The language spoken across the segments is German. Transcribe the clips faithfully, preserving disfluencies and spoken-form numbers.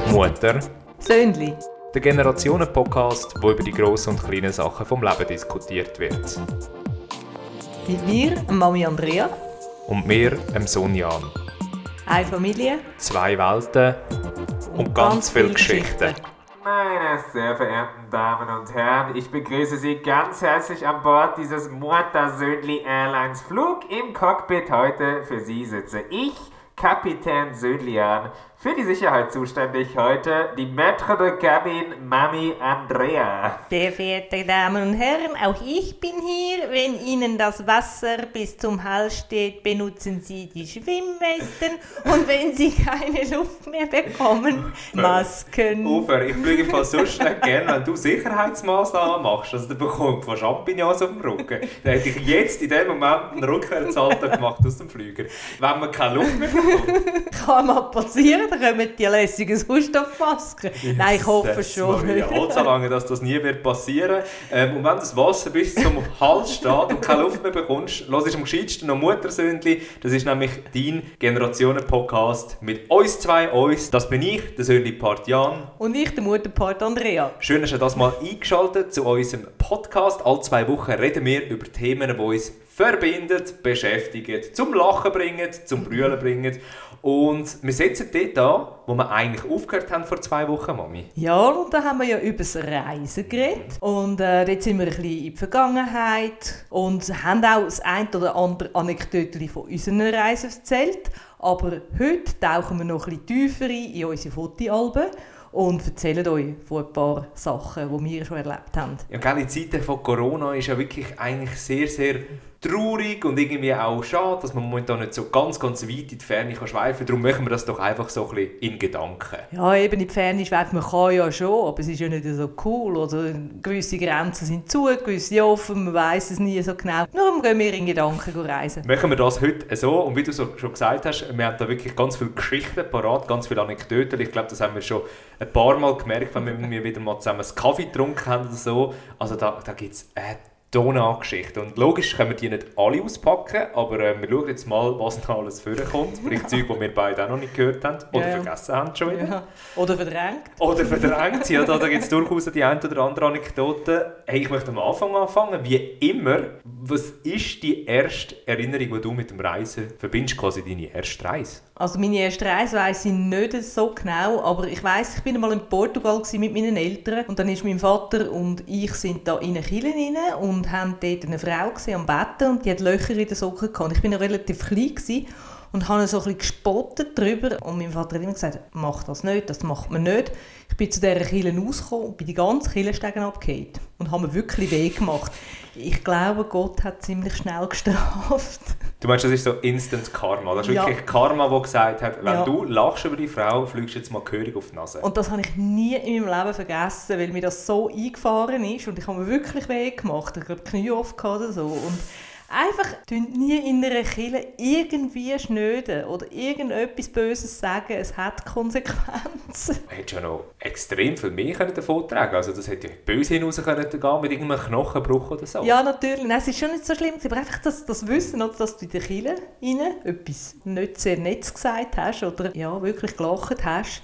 Mutter Söhnli. Der Generationen-Podcast, wo über die grossen und kleinen Sachen vom Leben diskutiert wird. Mit mir, Mami Andrea. Und mir, dem Sohn Jan. Eine Familie. Zwei Welten und, und ganz, ganz viele Geschichten. Geschichten. Meine sehr verehrten Damen und Herren, ich begrüße Sie ganz herzlich an Bord dieses Mutter Söhnli Airlines Flug. Im Cockpit heute für Sie sitze ich, Kapitän Söhnlian, für die Sicherheit zuständig heute, die Maître de Cabine Mami Andrea. Sehr verehrte Damen und Herren, auch ich bin hier. Wenn Ihnen das Wasser bis zum Hals steht, benutzen Sie die Schwimmwesten. Und wenn Sie keine Luft mehr bekommen, Masken. Ufer, ich fliege fast so schnell gerne, wenn du Sicherheitsmaßnahmen machst. Also, du bekommst von Champignons auf dem Rücken. Dann hätte ich jetzt in dem Moment einen Rückwärtssalto gemacht aus dem Flüger. Wenn man keine Luft mehr bekommt. Kann mal passieren. Da kommen die lässigen Sauerstoffmasken. Yes, Nein, ich hoffe schon. Ich hoffe so lange, dass das nie wird passieren. Ähm, und wenn das Wasser bis zum Hals steht und keine Luft mehr bekommst, hörst du am gescheitsten noch Muttersöhnli. Das ist nämlich dein Generationen-Podcast mit uns zwei, uns. Das bin ich, der Söhnli-Part Jan. Und ich, der Mutterpart Andrea. Schön, dass ihr das mal eingeschaltet zu unserem Podcast. Alle zwei Wochen reden wir über Themen, die uns verbinden, beschäftigen, zum Lachen bringen, zum Brüllen bringen. Und wir setzen dort an, wo wir eigentlich aufgehört haben vor zwei Wochen, Mami. Ja, und da haben wir ja über das Reisen geredet. Und äh, dort sind wir ein bisschen in die Vergangenheit und haben auch das ein oder andere Anekdote von unseren Reisen erzählt. Aber heute tauchen wir noch ein bisschen tiefer ein in unsere Fotoalben und erzählen euch von ein paar Sachen, die wir schon erlebt haben. Ja, gell, in Zeiten von Corona ist ja wirklich eigentlich sehr, sehr traurig und irgendwie auch schade, dass man momentan nicht so ganz, ganz weit in die Ferne kann schweifen. Darum machen wir das doch einfach so ein bisschen in Gedanken. Ja, eben in die Ferne schweifen, man kann ja schon, aber es ist ja nicht so cool. Oder gewisse Grenzen sind zu, gewisse offen, man weiss es nie so genau. Darum gehen wir in Gedanken reisen. Machen wir das heute so und wie du so schon gesagt hast, wir haben da wirklich ganz viele Geschichten parat, ganz viele Anekdoten. Ich glaube, das haben wir schon ein paar Mal gemerkt, wenn wir wieder mal zusammen einen Kaffee getrunken haben oder so. Also da, da gibt es äh, Donau-Geschichten. Und logisch können wir die nicht alle auspacken, aber äh, wir schauen jetzt mal, was noch alles vorkommt. Vielleicht Zeug, die wir beide auch noch nicht gehört haben oder ja, vergessen haben schon wieder. Ja. Oder verdrängt. Oder verdrängt, ja, da, da gibt es durchaus die eine oder andere Anekdote. Hey, ich möchte am Anfang anfangen. Wie immer, was ist die erste Erinnerung, die du mit dem Reisen verbindest, quasi deine erste Reise? Also meine erste Reise weiss ich nicht so genau, aber ich weiss, ich war einmal in Portugal mit meinen Eltern und dann ist mein Vater und ich sind da in eine Kirche rein und haben dort eine Frau gesehen am Betten und die hat Löcher in den Socken gehabt. Ich war noch relativ klein gewesen und habe so ein bisschen gespottet darüber und mein Vater hat immer gesagt, mach das nicht, das macht man nicht. Ich bin zu dieser Kirche rausgekommen und bin die ganzen Kirchenstegen abgefallen und habe mir wirklich weh gemacht. Ich glaube, Gott hat ziemlich schnell gestraft. Du meinst, das ist so Instant Karma. Das ist ja. wirklich Karma, das gesagt hat, wenn ja. du lachst über die Frau, fliegst du jetzt mal gehörig auf die Nase. Und das habe ich nie in meinem Leben vergessen, weil mir das so eingefahren ist und ich habe mir wirklich weh gemacht. Ich habe Knie oft oder so. Und einfach nie in einer Kirche irgendwie schnöden oder irgendetwas Böses sagen. Es hat Konsequenzen. Man hätte ja noch extrem viel mehr davon tragen. Also das hätte ja böse hinaus können gehen mit irgendeinem Knochenbruch oder so. Ja, natürlich. Nein, es ist schon nicht so schlimm. Aber einfach das, das Wissen, dass du in der Kirche rein etwas nicht sehr Nettes gesagt hast oder ja, wirklich gelacht hast.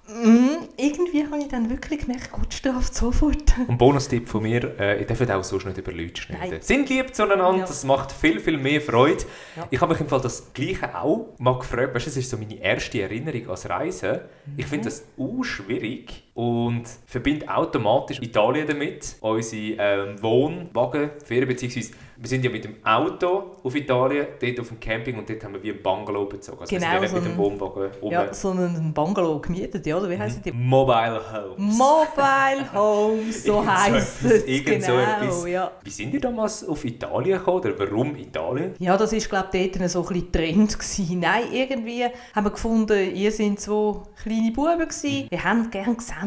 Mm, irgendwie habe ich dann wirklich gemerkt, Gott straft sofort. Und Bonustipp von mir, äh, ich darf auch sonst nicht über Leute schneiden. Sind lieb zueinander, ja. Das macht viel, viel mehr Freude. Ja. Ich habe mich im Fall das Gleiche auch mal gefragt, weißt, das ist so meine erste Erinnerung als Reisen. Mhm. Ich finde das auch schwierig und verbinde automatisch Italien damit. Unsere ähm, Wohnwagen, Ferien, beziehungsweise wir sind ja mit dem Auto auf Italien, dort auf dem Camping und dort haben wir wie ein Bungalow bezogen. Also genau, wir sind ja so nicht mit dem Wohnwagen um. Ja, so einen Bungalow gemietet, ja, oder wie heisst die? Mobile Homes. Mobile Homes, so heisst es. Irgend genau, so etwas. Ja. Wie sind ihr damals auf Italien gekommen oder warum Italien? Ja, das war, glaube ich, dort so ein bisschen Trend gewesen. Nein, irgendwie haben wir gefunden, ihr seid so kleine Buben gewesen. Wir haben gerne gesehen,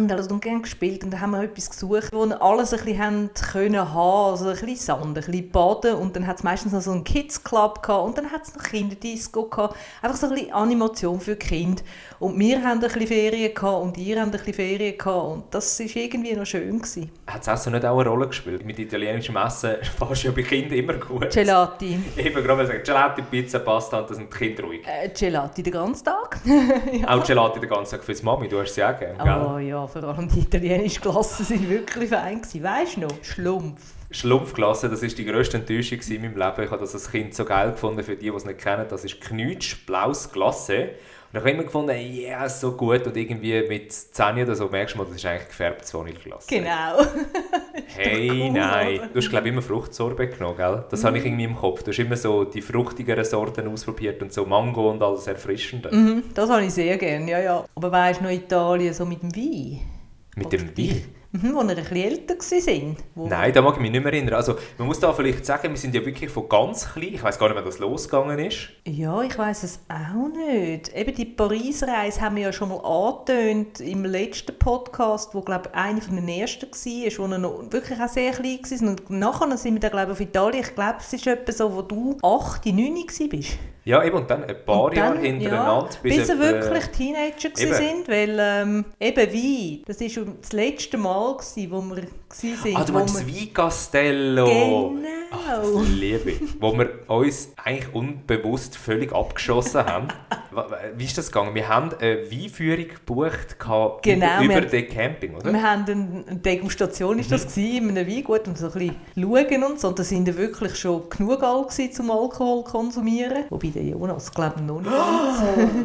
haben alles gerne gespielt und dann haben wir etwas gesucht, wo wir alles ein bisschen haben können haben, also ein bisschen Sand, ein bisschen Baden und dann hat es meistens noch so einen Kids Club gehabt und dann hat es noch Kinderdisco gehabt, einfach so ein bisschen Animation für Kinder und wir haben ein bisschen Ferien gehabt und ihr habt ein bisschen Ferien gehabt und das war irgendwie noch schön gewesen. Hat das Essen nicht auch eine Rolle gespielt? Mit italienischem Essen fast ja bei Kindern immer gut. Gelati. Eben gerade sagen, Gelati, Pizza, Pasta, das sind die Kinder ruhig. Äh, Gelati den ganzen Tag. Ja. Auch Gelati den ganzen Tag für die Mami, du hast sie auch gerne, gell? Oh ja, vor allem die italienischen Klassen waren wirklich fein gewesen. Weisst du noch? Schlumpf. Schlumpfklasse, das war die grösste Enttäuschung in meinem Leben. Ich habe das als Kind so geil gefunden, für die, die es nicht kennen. Das ist Knutsch, blaues Glasse. Und ich habe immer gefunden, ja, yeah, so gut. Und irgendwie mit zehn oder so merkst du mal, das ist eigentlich gefärbtes Vanilleglas. Genau. Hey, cool, nein. Oder? Du hast, glaube ich, immer Fruchtsorbet genommen, gell? Das mm. habe ich irgendwie im Kopf. Du hast immer so die fruchtigeren Sorten ausprobiert und so Mango und alles Erfrischende. Mm, das habe ich sehr gerne, ja, ja. Aber weißt du noch Italien so mit dem Wein? Mit Oder dem Wein? Mhm, als wir ein bisschen älter waren. Nein, da mag ich mich nicht mehr erinnern. Also, man muss da vielleicht sagen, wir sind ja wirklich von ganz klein. Ich weiss gar nicht, wann das losgegangen ist. Ja, ich weiss es auch nicht. Eben die Paris-Reise haben wir ja schon mal angetönt im letzten Podcast, wo, glaube ich, einer von den ersten war, wo wir noch wirklich auch sehr klein waren. Und nachher sind wir dann, glaube ich, auf Italien. Ich glaube, es ist etwa so, wo du acht, neun warst. Ja, eben, und dann ein paar dann, Jahre hintereinander. Ja, bis sie wirklich Teenager waren, weil ähm, eben Wein, das war schon das letzte Mal, gewesen, wo wir waren. Ah, du meinst das Weincastello. Genau. Ach, das liebe ich. Wo wir uns eigentlich unbewusst völlig abgeschossen haben. Wie ist das gegangen? Wir haben eine Weinführung gebucht genau, über, über den Camping, oder? Wir haben eine, eine Degustation, ist das mhm. in einem Weingut und so ein bisschen schauen und so. Und da sind wir wirklich schon genug alt gewesen, zum Alkohol konsumieren. Wobei der Jonas, glaube ich, noch nicht ganz.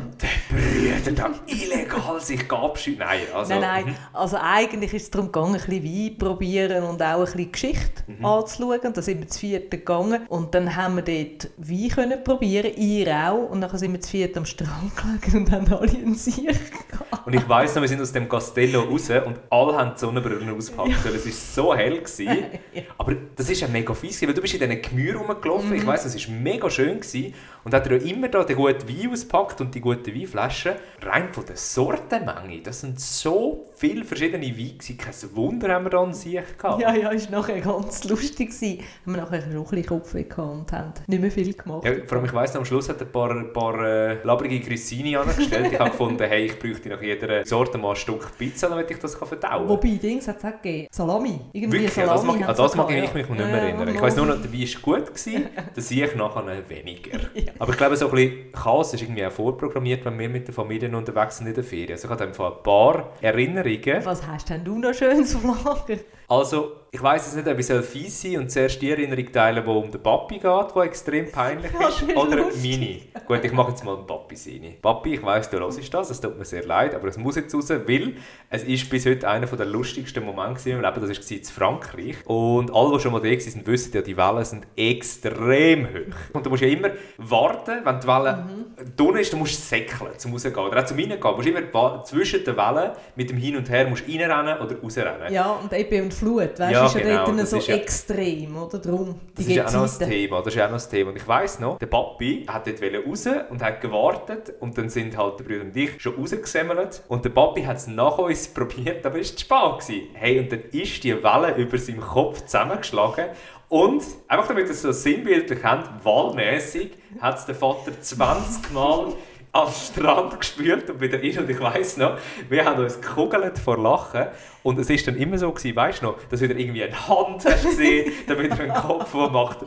Der Brüder, da illegal sich abschütteln. Nein, also... Nein, nein. Also eigentlich ist es darum gegangen, ein bisschen Wein probieren und auch ein bisschen Geschichte mhm. anzuschauen. Und da sind wir zu viert gegangen. Und dann haben wir dort Wein können probieren, ihr auch. Und dann sind wir zu viert am Strand gelegen und haben alle einen Sieg gehabt. Und ich weiss noch, wir sind aus dem Castello raus und alle haben die Sonnenbrillen ausgepackt, ja. weil es war so hell gewesen. Ja. Aber das ist ja mega fies, weil du bist in diesen Gemüren rumgelaufen. Mhm. Ich weiss, es war mega schön gewesen. Und hat er ja immer da den guten Wein ausgepackt und die guten Weinflaschen. Rein von der Sortenmenge, das sind so viele verschiedene Weine gewesen. Kein Wunder, haben wir da einen Sieg gehabt. Ja, ja, es war nachher ganz lustig gewesen. Haben wir nachher schon ein bisschen Kopfweh gehabt und haben nicht mehr viel gemacht. Ja, vor allem, ich weiss noch, am Schluss hat er ein paar, ein paar äh, labrige Grissini angestellt. Ich habe gefunden, hey, ich bräuchte nach jeder Sorte mal ein Stück Pizza, damit ich das verdauen kann. Wobei, Dings hat es auch gegeben. Salami. Irgendwie Wirklich? Salami. Das mag, an das mag ich mich nicht mehr ja, erinnern. Ich weiss nur noch, der Wein war gut gewesen, der Sieg nachher weniger. Ja. Aber ich glaube, so ein bisschen Chaos ist irgendwie auch vorprogrammiert, wenn wir mit der Familie unterwegs sind in der Ferien. Also ich habe einfach ein paar Erinnerungen. Was hast denn du noch Schönes auf Lager? Also, ich weiss jetzt nicht, ob ich fies sein und zuerst die Erinnerung teilen, die um den Papi geht, die extrem peinlich ist, ja, oder meine. Gut, ich mache jetzt mal den Papi seine. Papi, ich weiss, du hörst das, es tut mir sehr leid, aber es muss jetzt raus, weil es ist bis heute einer der lustigsten Momente in meinem Leben, das war in Frankreich. Und alle, die schon mal da waren, wissen ja, die Wellen sind extrem hoch. Und du musst ja immer warten, wenn die Welle mhm. dünn ist, du musst säckeln, zum rausgehen. Oder auch zum reingehen. Du musst immer zwischen den Wellen mit dem Hin und Her musst reinrennen oder rausrennen. Ja, und eben und Flut, weißt, ja, ist ja genau, dort so ja, extrem, oder? Drum, das ist ja auch noch das Thema, das ist auch noch das Thema. Und ich weiss noch, der Papi hat dort raus und hat gewartet und dann sind halt die Brüder und ich schon rausgesammelt und der Papi hat es nach uns probiert, aber es war zu spät gewesen. Hey, und dann ist die Welle über seinem Kopf zusammengeschlagen und, einfach damit ihr es so sinnbildlich habt, wahlmässig hat es der Vater zwanzig Mal am Strand gespült und wieder rein. Und ich weiss noch, wir haben uns gekugelt vor Lachen. Und es war dann immer so, gewesen, weißt du noch, dass wieder irgendwie eine Hand hast gesehen, dann wieder ein Kopf, der macht.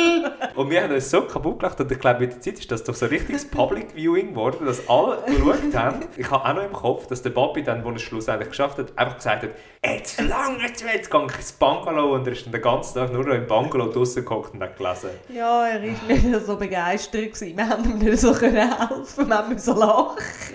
Und wir haben uns so kaputt gelacht. Und ich glaube, mit der Zeit ist das doch so ein richtiges Public Viewing geworden, dass alle geschaut haben. Ich habe auch noch im Kopf, dass der Papi dann, wo er es schlussendlich geschafft hat, einfach gesagt hat, jetzt lang, jetzt, jetzt gehe ich ins Bungalow. Und er ist dann den ganzen Tag nur noch im Bungalow draussen gehockt und hat gelesen. Ja, er war nicht so begeistert gewesen. Wir haben ihm nicht so helfen, wir mussten lachen.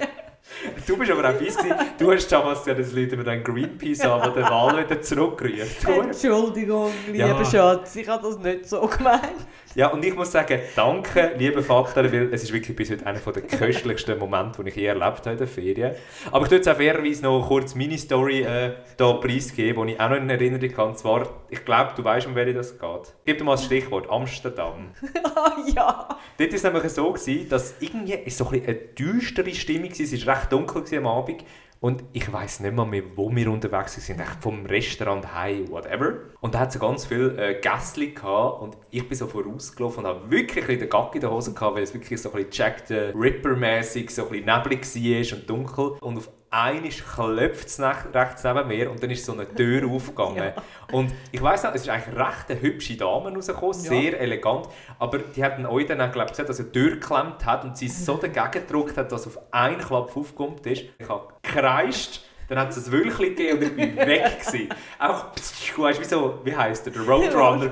Du bist aber auch fies gewesen. Du hast damals ja das Lied über den Greenpeace an, der Wahl wieder zurückgerührt. Entschuldigung, lieber ja. Schatz, ich habe das nicht so gemeint. Ja, und ich muss sagen, danke, lieber Vater, weil es ist wirklich bis heute einer der köstlichsten Momente, die ich je erlebt habe in der Ferien. Aber ich tue jetzt auch fairerweise noch kurz meine Story äh, hier preisgeben, die ich auch noch in Erinnerung habe. Und zwar, ich glaube, du weißt, um welche das geht. Gib dir mal das Stichwort, Amsterdam. Ja. Dort war es nämlich so, gewesen, dass irgendwie so ein bisschen eine düstere Stimmung war. Es war recht dunkel am Abend. Und ich weiss nicht mal mehr, wo wir unterwegs sind. Echt vom Restaurant heim, whatever. Und da hat es so ganz viele äh, Gästchen gehabt. Und ich bin so vorausgelaufen und habe wirklich ein bisschen den Gacki in der Hose gehabt, weil es wirklich so ein bisschen Jack the Ripper-mässig, so ein bisschen neblig war und dunkel. Und auf einmal klopft es rechts neben mir und dann ist so eine Tür aufgegangen. Ja. Und ich weiss noch, es ist eigentlich recht eine hübsche Dame rausgekommen, ja. Sehr elegant. Aber die hat dann euch dann auch, glaube ich, gesehen, dass sie die Tür geklemmt hat und sie so dagegen gedrückt hat, dass es auf einen Klapp aufgekommen ist. Ich habe gekreischt. Dann hat es ein Wölkchen gegeben und ich war weg gewesen. Auch, weißt, wie, so, wie heisst der, der Roadrunner.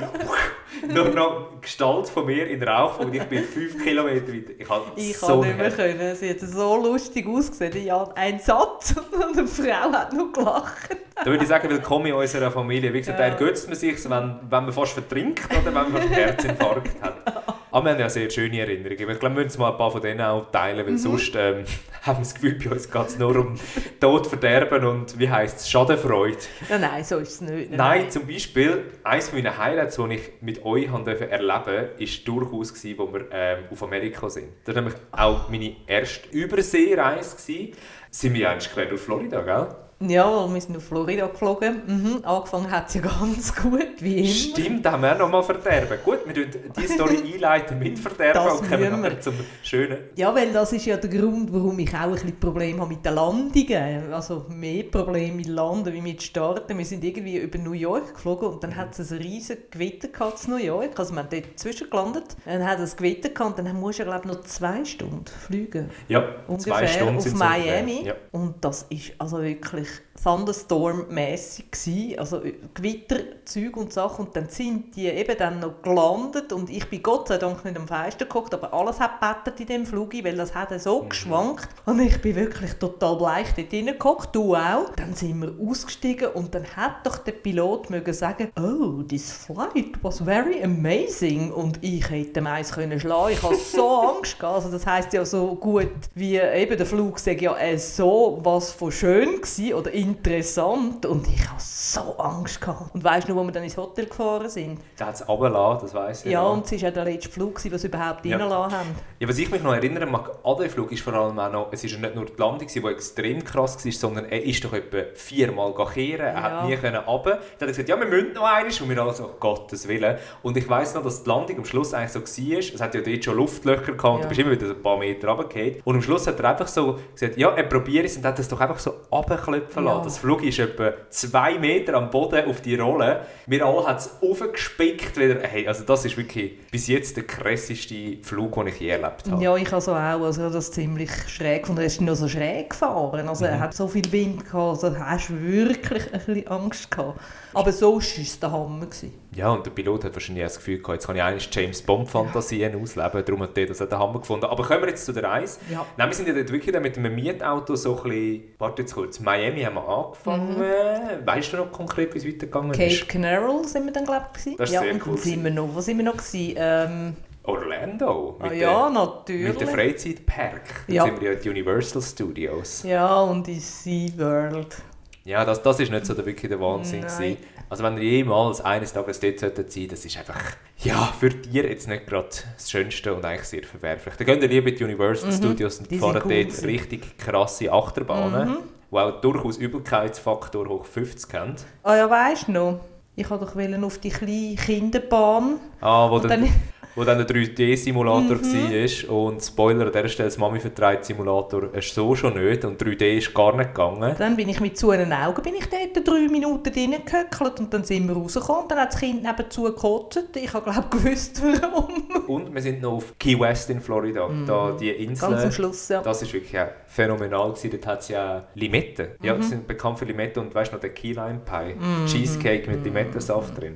Nur noch Gestalt von mir in Rauch und ich bin fünf Kilometer weiter. Ich kann ich so kann nicht mehr können. Sie hat so lustig ausgesehen. Ja, ein Satz und eine Frau hat noch gelacht. Da würde ich sagen, willkommen in unserer Familie. Wie gesagt, ja. Da ergötzt man sich, wenn, wenn man fast vertrinkt oder wenn man einen Herzinfarkt hat. Aber wir haben ja sehr schöne Erinnerungen. Ich glaube, wir müssen mal ein paar von denen auch teilen, weil mhm. sonst ähm, haben wir das Gefühl, bei uns geht es nur um Tod, Verderben und, wie heisst es, Schadenfreude. Ja, nein, so ist es nicht. Nein, nein, zum Beispiel, eines meiner Highlights, die ich mit euch erleben durfte, war durchaus, als wir ähm, auf Amerika sind. Das war nämlich auch meine erste Überseereise. Sind wir eigentlich quer durch Florida, gell? Ja, wir sind auf Florida geflogen. Mhm. Angefangen hat es ja ganz gut, wie immer. Stimmt, da haben wir noch mal verderben. Gut, wir tun diese Story einleiten mit Verderben das und kommen wir zum Schönen. Ja, weil das ist ja der Grund, warum ich auch ein bisschen Probleme habe mit den Landungen. Also mehr Probleme mit Landen wie mit Starten. Wir sind irgendwie über New York geflogen und dann hat es ein riesiges Gewitter gehabt in New York. Also wir haben dort zwischendurch gelandet. Dann hat es ein Gewitter gehabt und dann musst du ja, glaube ich, noch zwei Stunden fliegen. Ja, ungefähr zwei Stunden auf sind Miami. Ja. Und das ist also wirklich Thunderstorm-mässig gsi, also Gewitterzeug und Sachen. Und dann sind die eben dann noch gelandet und ich bin Gott sei Dank nicht am Fenster gehockt, aber alles hat gebettet in dem Flug, weil das hat so mhm. geschwankt. Und ich bin wirklich total bleich dort reingehockt, du auch. Dann sind wir ausgestiegen und dann hat doch der Pilot mögen sagen, oh, this flight was very amazing. Und ich hätte ihm eins können schlagen. Ich hatte so Angst gehabt. Also das heisst ja so gut wie eben der Flug sagt ja äh, so was von schön gsi oder interessant und ich hatte so Angst gehabt. Und weißt du noch, wo wir dann ins Hotel gefahren sind? Da hat es runtergelassen, das weiss ich. Ja, noch. und es war ja der letzte Flug, den sie überhaupt ja. reingelassen haben. Ja, was ich mich noch erinnern mag an den Flug ist vor allem auch noch, es ist ja nicht nur die Landung, die extrem krass war, sondern er ist doch etwa viermal kehren. Er ja. hat nie runter. Dann hat er gesagt, ja, wir müssen noch einmal. Und wir alle so, Gottes Willen. Und ich weiss noch, dass die Landung am Schluss eigentlich so war. Es hat ja dort schon Luftlöcher gehabt und ja. du bist immer wieder so ein paar Meter runtergefallen. Und am Schluss hat er einfach so gesagt, ja, er probiert es und hat es doch einfach so runterklopfen lassen. Ja. Das Flug ist etwa zwei Meter am Boden auf die Rolle. Wir alle haben es aufgespickt wieder. Hey, also das ist wirklich bis jetzt der krasseste Flug, den ich je erlebt habe. Ja, ich also auch. Also das ziemlich schräg gefunden. Er ist noch so schräg gefahren. Also mhm. er hat so viel Wind gehabt. Also hast du wirklich ein bisschen Angst gehabt. Aber sonst war es der Hammer gewesen. Ja, und der Pilot hat wahrscheinlich das Gefühl gehabt, jetzt kann ich eigentlich James Bond-Fantasien ja. ausleben. Darum hat er das den Hammer gefunden. Aber kommen wir jetzt zu der Reise. Ja. Nein, wir sind ja dort wirklich mit einem Mietauto so ein bisschen... Warte jetzt kurz. Miami haben wir angefangen. Mhm. Weißt du noch konkret, wie es weitergegangen Cape ist? Cape Canaveral sind wir dann, glaube ich. Das ist ja, sehr und cool. Dann sind wir noch, wo sind wir noch gewesen? Ähm, Orlando. Mit ah, ja, der, natürlich. Mit dem Freizeitpark. Dann ja. sind wir ja in Universal Studios. Ja, und in SeaWorld. Ja, das, das ist nicht so der, wirklich der Wahnsinn gewesen. Also wenn ihr jemals eines Tages dort solltet sein, das ist einfach, ja, für Tiere jetzt nicht gerade das Schönste und eigentlich sehr verwerflich. Dann geht ihr lieber in die Universal mhm. Studios und fahren cool dort richtig krasse Achterbahnen, mhm. die auch durchaus Übelkeitsfaktor hoch fünfzig haben. Ah ja, weisst du noch? Ich wollte doch auf die kleine Kinderbahn. Ah, wo dann... wo dann ein drei D-Simulator mhm. war. Und Spoiler an dieser Stelle, das Mami-Vertreibt-Simulator ist so schon nicht und drei D ist gar nicht gegangen. Dann bin ich mit zu den Augen bin ich dort drei Minuten drin gehöckelt und dann sind wir rausgekommen. Dann hat das Kind nebenzu gekotzt. Ich habe glaube gewusst, warum. Und wir sind noch auf Key West in Florida, mhm. da die Insel. Ganz am Schluss, ja. Das war wirklich phänomenal gewesen. Dort hat es ja Limetten. Mhm. Ja, die sind bekannt für Limetten und weißt du noch, der Key Lime Pie. Mhm. Cheesecake mit Limettensaft drin.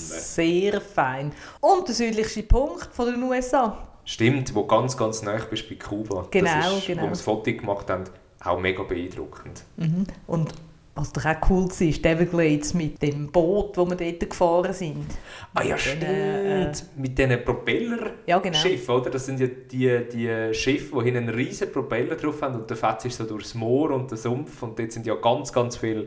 Sehr fein. Und der südlichste Punkt von den U S A. Stimmt, wo ganz, ganz nah bist bei Kuba. Genau, das ist, genau. Wo wir das Foto gemacht haben, auch mega beeindruckend. Mhm. Und was doch auch cool war, ist die Everglades mit dem Boot, wo wir dort gefahren sind. Ah ja, stimmt. Äh, mit diesen Propellerschiffen, ja, genau. oder? Das sind ja die, die Schiffe, die einen riesen Propeller drauf haben und der fährt sich so durchs Moor und den Sumpf und dort sind ja ganz, ganz viele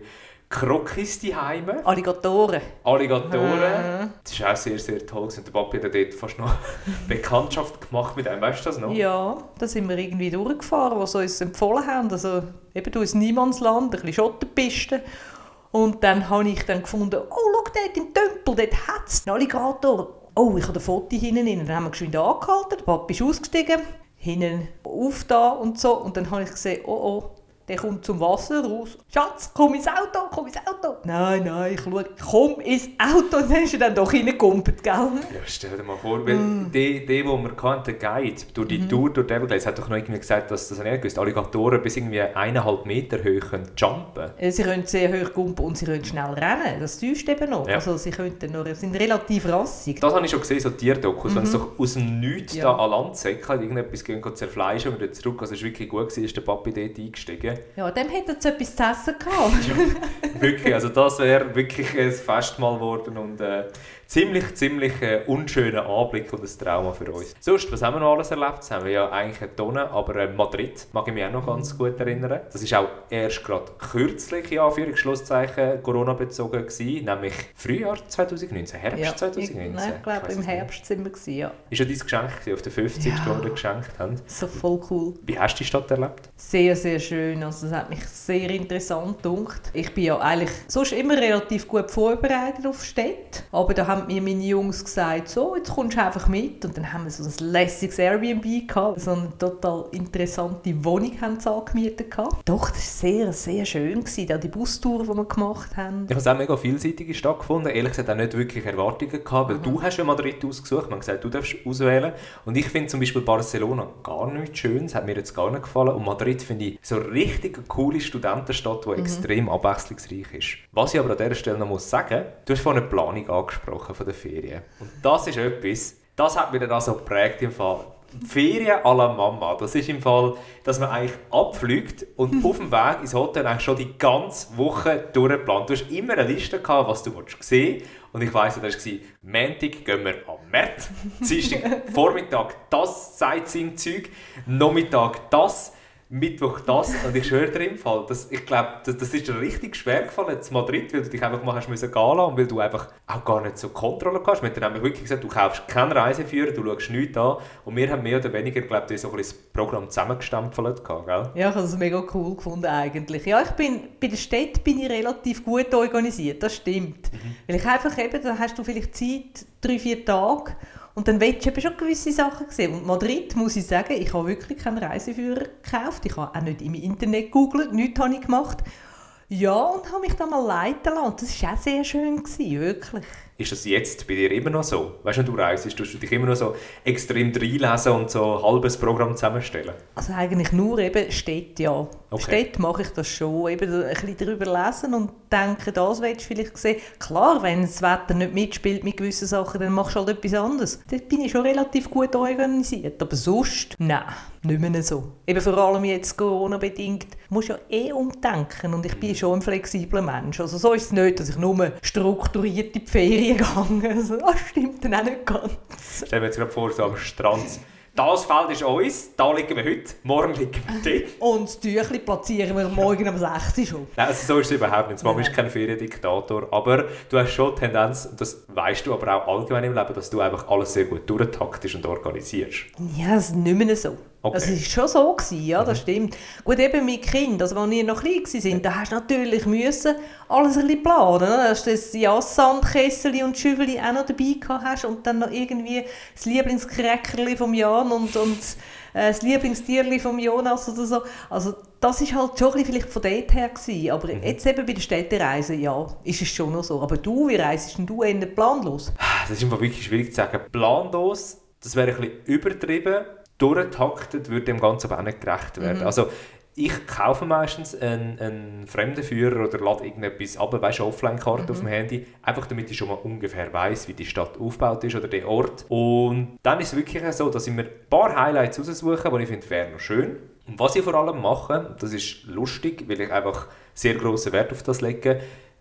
Krokis daheim. Alligatoren. Alligatoren. Das war auch sehr, sehr toll. Und der Papi hat dort fast noch Bekanntschaft gemacht mit einem. Weißt du das noch? Ja, da sind wir irgendwie durchgefahren, was sie uns empfohlen haben. Also eben durch ein Niemandsland, ein bisschen Schotterpiste. Und dann habe ich dann gefunden, oh, schau, dort im Tümpel, dort hat es einen Alligator. Oh, ich habe ein Foto hinten. Dann haben wir geschwind angehalten, der Papi ist ausgestiegen, hinten auf da und so. Und dann habe ich gesehen, oh, oh, der kommt zum Wasser raus. Schatz, komm ins Auto, komm ins Auto. Nein, nein, ich schaue, komm ins Auto. Und dann ist er dann doch reingekumpelt, gell? Ja, stell dir mal vor, weil mm. der, der, den wir kannten, der Guide, durch die mm. Tour durch die Everglades, hat doch noch irgendwie gesagt, dass das nicht gewusst, Alligatoren bis irgendwie eineinhalb Meter hoch können jumpen. Sie können sehr hoch kumpen und sie können schnell rennen. Das täuscht eben noch. Ja. Also sie könnten noch, sind relativ rassig. Das habe ich schon gesehen, so Tierdokus, mm-hmm. wenn es doch aus dem Nichts ja. da an Land säckelt, irgendetwas gehen zerfleischen und wieder zurück. Also es war wirklich gut, ist der Papi dort eingestiegen. Ja, dem hätte es etwas zu essen gehabt. Ja, wirklich, also das wäre wirklich ein Festmahl geworden und äh, ziemlich, ziemlich äh, unschöner Anblick und ein Trauma für uns. Sonst, was haben wir noch alles erlebt? Das haben wir ja eigentlich eine Tonne, aber äh, Madrid mag ich mich auch noch ganz gut erinnern. Das ist auch erst gerade kürzlich, in Anführungs-Schlusszeichen, Corona-bezogen gewesen, nämlich Frühjahr zwanzig neunzehn, Herbst ja, zwanzig neunzehn. Ich, nein, ich glaube, im Herbst sind wir gewesen, ja. Ist ja dein Geschenk, das auf den fünfzigsten Ja. Oder geschenkt haben. So voll cool. Wie hast du die Stadt erlebt? Sehr, sehr schön. Also, das hat mich sehr interessant gedacht. Ich bin ja eigentlich sonst immer relativ gut vorbereitet auf Städte. Aber da haben mir meine Jungs gesagt, so, jetzt kommst du einfach mit. Und dann haben wir so ein lässiges Airbnb gehabt. So eine total interessante Wohnung haben sie angemietet gehabt. Doch, das war sehr, sehr schön gewesen. Auch die Bustour, die wir gemacht haben. Ich habe es auch mega vielseitig stattgefunden. Ehrlich gesagt auch nicht wirklich Erwartungen gehabt, weil mhm. du hast ja Madrid ausgesucht. Man hat gesagt, du darfst auswählen. Und ich finde zum Beispiel Barcelona gar nichts Schönes. Hat mir jetzt gar nicht gefallen. Und Madrid finde ich so richtig eine coole Studentenstadt, die mhm. extrem abwechslungsreich ist. Was ich aber an dieser Stelle noch muss sagen, du hast vorhin eine Planung angesprochen von den Ferien. Und das ist etwas, das hat mich dann auch so geprägt im Fall. Ferien à la Mama, das ist im Fall, dass man eigentlich abfliegt und auf dem Weg ins Hotel eigentlich schon die ganze Woche durchgeplant. Du hast immer eine Liste gehabt, was du sehen willst. Und ich weiss, das war, Montag gehen wir am Markt, Dienstag Vormittag das Sightseeing-Zeug, Nachmittag das, Mittwoch das. Und ich schwöre dir im Fall, dass, ich glaube, das, das ist dir richtig schwer gefallen in Madrid, weil du dich einfach mal hast müssen gehen lassen und weil du einfach auch gar nicht so Kontrolle hast. Wir haben dann wirklich gesagt, du kaufst keinen Reiseführer, du schaust nichts an. Und wir haben mehr oder weniger, glaube ich, so ein bisschen das Programm zusammengestampft. Gell? Ja, ich habe es mega cool gefunden eigentlich. Ja, ich bin, bei der Stadt bin ich relativ gut organisiert, das stimmt. Mhm. Weil ich einfach eben, da hast du vielleicht Zeit, drei, vier Tage. Und dann willst du eben schon gewisse Sachen sehen. Und Madrid, muss ich sagen, ich habe wirklich keinen Reiseführer gekauft. Ich habe auch nicht im Internet gegoogelt, nichts habe ich gemacht. Ja, und habe mich dann mal leiten lassen. Das war auch sehr schön, wirklich. Ist das jetzt bei dir immer noch so? Weißt du, wenn du reist, tust du dich immer noch so extrem reinlesen und so ein halbes Programm zusammenstellen? Also eigentlich nur eben Städte, ja. Okay. Städte mache ich das schon. Eben ein bisschen darüber lesen und denken, das willst du vielleicht sehen. Klar, wenn das Wetter nicht mitspielt mit gewissen Sachen, dann machst du halt etwas anderes. Dort bin ich schon relativ gut organisiert. Aber sonst, nein, nicht mehr so. Eben vor allem jetzt Corona-bedingt, musst du ja eh umdenken. Und ich bin schon ein flexibler Mensch. Also so ist es nicht, dass ich nur strukturiert in die Ferien gehe. Also, das stimmt dann auch nicht ganz. Stell mir jetzt gerade vor, so am Strand. Das Feld ist uns, da liegen wir heute, morgen liegen wir dort. Und das Tüchlein platzieren wir morgen um sechs Uhr schon. Nein, also so ist es überhaupt nicht. Mama ist kein Feriendiktator, aber du hast schon die Tendenz, das weißt du aber auch allgemein im Leben, dass du einfach alles sehr gut durchtaktest und organisierst. Ja, das ist nicht mehr so. Okay. Das war schon so gewesen, ja, das mhm. stimmt. Gut, eben mit Kindern, also als wir noch klein waren, da hast du natürlich müssen alles ein bisschen planen. Dass du das Jass-Sandkessel und Schüffeli auch noch dabei gehabt hast und dann noch irgendwie das Lieblingskräckerli vom Jan und, und äh, das Lieblingstierli vom Jonas oder so. Also das war halt schon ein bisschen vielleicht von dort her gewesen. Aber mhm. jetzt eben bei der Städtereise, ja, ist es schon noch so. Aber du, wie reisest denn du eher planlos? Das ist einfach wirklich schwierig zu sagen. Planlos, das wäre ein bisschen übertrieben. Durchgetaktet würde dem Ganzen aber auch nicht gerecht werden. Mhm. Also ich kaufe meistens einen, einen Fremdenführer oder lade irgendetwas ab, weißt du, Offline-Karte mhm. auf dem Handy, einfach damit ich schon mal ungefähr weiss, wie die Stadt aufgebaut ist oder der Ort. Und dann ist es wirklich so, dass ich mir ein paar Highlights raussuche, die ich finde, wäre noch schön. Und was ich vor allem mache, das ist lustig, weil ich einfach sehr grossen Wert auf das lege,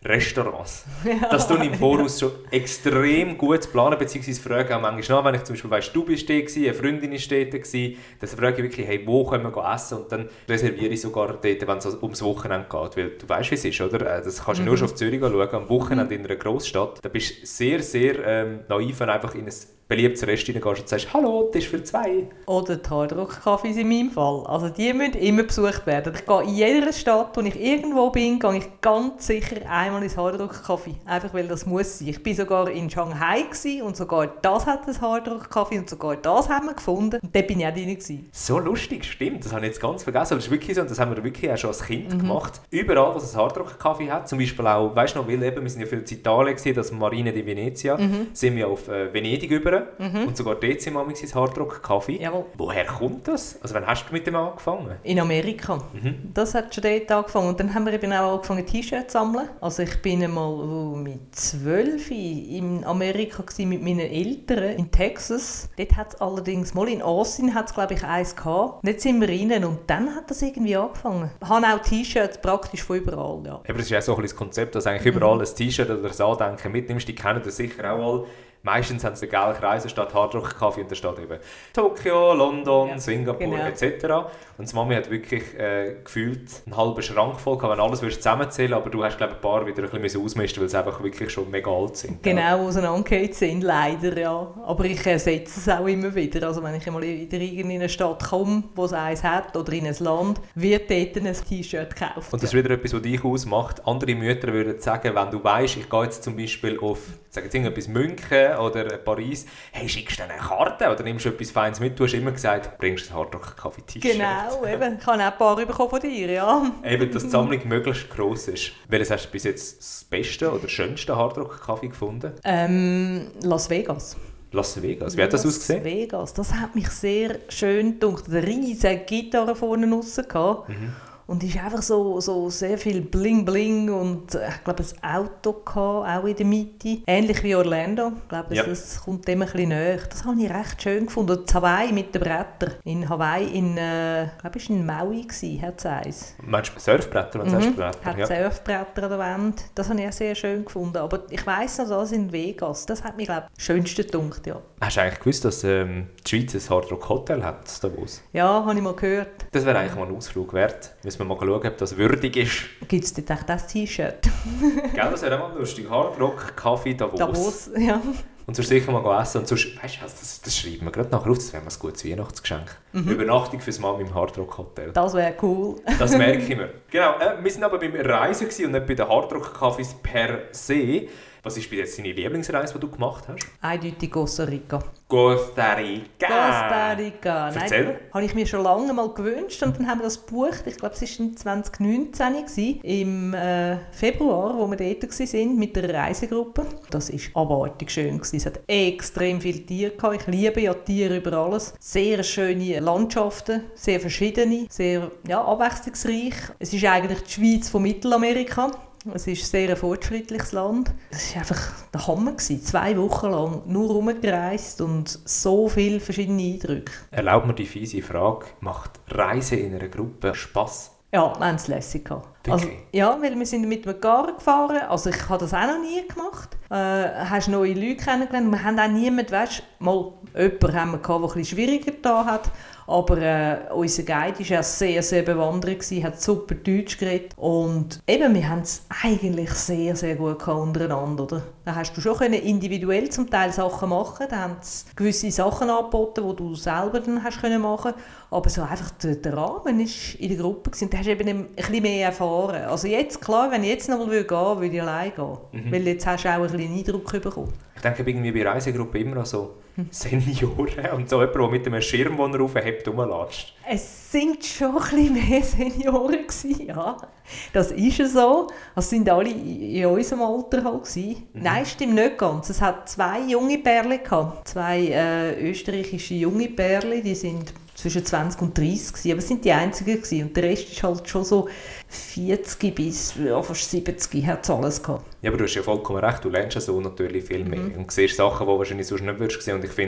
Restaurants. Ja. Das tun im Voraus schon extrem gut planen, beziehungsweise fragen auch manchmal nach, wenn ich zum Beispiel weiss, du bist da gewesen, eine Freundin ist dort gewesen, dann frage ich wirklich, hey, wo können wir essen? Und dann reserviere ich sogar dort, wenn es ums Wochenende geht, weil du weißt, wie es ist, oder? Das kannst du mhm. nur schon auf Zürich schauen, am Wochenende mhm. in einer Grossstadt. Da bist du sehr, sehr ähm, naiv, wenn einfach in ein beliebtes Rest reingehst und sagst, hallo, das ist für zwei. Oder die Hardrock-Cafés in meinem Fall. Also die müssen immer besucht werden. Ich gehe in jeder Stadt, wo ich irgendwo bin, gehe ich ganz sicher einmal ins Hardrock-Café. Einfach weil das muss sein. Ich war sogar in Shanghai und sogar das hat ein Hardrock-Café und sogar das haben wir gefunden. Und dort bin ich auch drin gewesen. So lustig, stimmt. Das habe ich jetzt ganz vergessen. Aber das ist wirklich so, und das haben wir wirklich auch schon als Kind mhm. gemacht. Überall, wo es ein Hardrock-Café hat, zum Beispiel auch, weißt du noch, weil eben, wir sind ja viel in Italien gewesen, das Marina di Venezia, mhm. sind wir auf äh, Venedig über. Mhm. Und sogar dort sind wir ins Hardrock-Café. Jawohl. Woher kommt das? Also wann hast du mit dem angefangen? In Amerika. Mhm. Das hat schon dort angefangen. Und dann haben wir eben auch angefangen, T-Shirts zu sammeln. Also ich bin einmal oh, mit zwölf in Amerika gewesen, mit meinen Eltern in Texas. Dort hat es allerdings, mal in Austin hat es glaube ich eins gehabt. Und jetzt sind wir rein und dann hat das irgendwie angefangen. Ich habe auch T-Shirts praktisch von überall. Ja. Aber das ist ja so ein das Konzept, dass eigentlich mhm. überall ein T-Shirt oder ein Andenken mitnimmst. Die kennen das sicher auch alle. Meistens haben sie gelbe Kreise statt Hardrock-Café und da steht eben Tokio, London, ja, Singapur genau. et cetera. Und die Mami hat wirklich äh, gefühlt einen halben Schrank voll gehabt, wenn alles zusammenzählen, aber du hast glaube ich ein paar wieder ein bisschen ausmisten, weil sie einfach wirklich schon mega alt sind. Genau, ja. auseinandergefallen sind, leider, ja. Aber ich ersetze es auch immer wieder. Also wenn ich einmal wieder in eine Stadt komme, wo es eins hat, oder in ein Land, wird dort ein T-Shirt gekauft. Und das ja. ist wieder etwas, was dich ausmacht. Andere Mütter würden sagen, wenn du weißt, ich gehe jetzt zum Beispiel auf, sagen Sie irgendetwas, München oder Paris, hey, schickst du eine Karte oder nimmst du etwas Feines mit? Du hast immer gesagt, bringst ein Hardrock-Café-T-Shirt. Genau, eben. Ich habe auch ein paar bekommen von dir, ja. Eben, dass die Sammlung möglichst gross ist. Welches hast du bis jetzt das beste oder schönste Hardrock-Café gefunden? Ähm, Las Vegas. Las Vegas, wie hat das Las ausgesehen? Las Vegas, das hat mich sehr schön gedacht. Eine riesige Gitarre vorne raus gehabt. Mhm. Und es ist einfach so, so sehr viel Bling-Bling und ich glaube ein Auto gehabt, auch in der Mitte. Ähnlich wie Orlando. Ich glaube, ja. das kommt dem ein bisschen näher. Das habe ich recht schön gefunden. Und Hawaii mit den Brettern. In Hawaii, in, äh, ich glaube, es war in Maui, hat es eins. Meinst du Surfbretter, wenn du mhm. sagst Bretter? Hat ja. Surfbretter an der Wand. Das habe ich auch sehr schön gefunden. Aber ich weiss noch, das in Vegas. Das hat mich, glaube ich, am schönsten gedacht, ja. Hast du eigentlich gewusst, dass ähm, die Schweiz ein Hardrock-Hotel hat? Davos? Ja, habe ich mal gehört. Das wäre eigentlich mal ein Ausflug wert. Müssen wir mal schauen, ob das würdig ist. Gibt es dort echt das T-Shirt? Gell, das wäre mal lustig. Hardrock, Kaffee, Davos. Davos, ja. Und sonst sicher mal essen. Und sonst, weißt du, das, das schreiben wir gerade nachher auf, das wäre mal ein gutes Weihnachtsgeschenk. Mhm. Übernachtung fürs Mal im Hardrock-Hotel. Das wäre cool. Das merke ich mir. Genau, äh, wir waren aber beim Reisen und nicht bei den Hardrock-Cafés per se. Was ist jetzt deine Lieblingsreise, die du gemacht hast? Eindeutig Costa Rica. Costa Rica! Costa Rica! Erzähl. Nein, habe ich mir schon lange mal gewünscht und dann haben wir das gebucht. Ich glaube, es war zwanzig neunzehn, im äh, Februar, wo wir dort waren mit der Reisegruppe. Das war abartig schön. Es hat extrem viele Tiere gehabt. Ich liebe ja Tiere über alles. Sehr schöne Landschaften, sehr verschiedene, sehr ja, abwechslungsreich. Es ist eigentlich die Schweiz von Mittelamerika. Es ist sehr ein fortschrittliches Land. Es war einfach der Hammer gewesen. Zwei Wochen lang nur rumgereist und so viele verschiedene Eindrücke. Erlaubt mir die fiese Frage, macht Reisen in einer Gruppe Spass? Ja, wir haben es lässig gehabt. Also, ja, weil wir sind mit einem Gar gefahren. Also ich habe das auch noch nie gemacht. Äh, hast neue Leute kennengelernt. Wir haben auch niemanden, weißt du, mal jemanden haben wir gehabt, der ein bisschen schwieriger da hat. Aber äh, unser Guide war auch sehr, sehr bewandert, hat super Deutsch geredet. Und eben, wir haben es eigentlich sehr, sehr gut gehabt untereinander. Oder? Da hast du schon können individuell zum Teil Sachen machen. Da haben sie gewisse Sachen angeboten, die du selber dann hast können machen. Aber so einfach der, der Rahmen war in der Gruppe gewesen. Da hast du eben ein bisschen mehr erfahren. Also jetzt, klar, wenn ich jetzt noch mal gehen würde, würde ich allein gehen. Mhm. Weil jetzt hast du auch ein bisschen Eindruck bekommen. Ich denke irgendwie bei Reisegruppen immer noch so Senioren und so jemand, der mit einem Schirm, den er aufhebt, rumlatscht. Es sind schon ein bisschen mehr Senioren gewesen, ja. Das ist ja so. Es sind alle in unserem Alter halt gewesen. Mhm. Nein, stimmt nicht ganz. Es hat zwei junge Pärchen gehabt. Zwei äh, österreichische junge Pärchen, die sind zwischen zwanzig und dreißig gewesen, aber es sind die einzigen gewesen. Und der Rest ist halt schon so vierzig bis ja, fast siebzig hat es alles gehabt. Ja, aber du hast ja vollkommen recht, du lernst ja so natürlich viel mehr mhm. und siehst Sachen, die du wahrscheinlich sonst nicht würdest sehen. Und ich finde,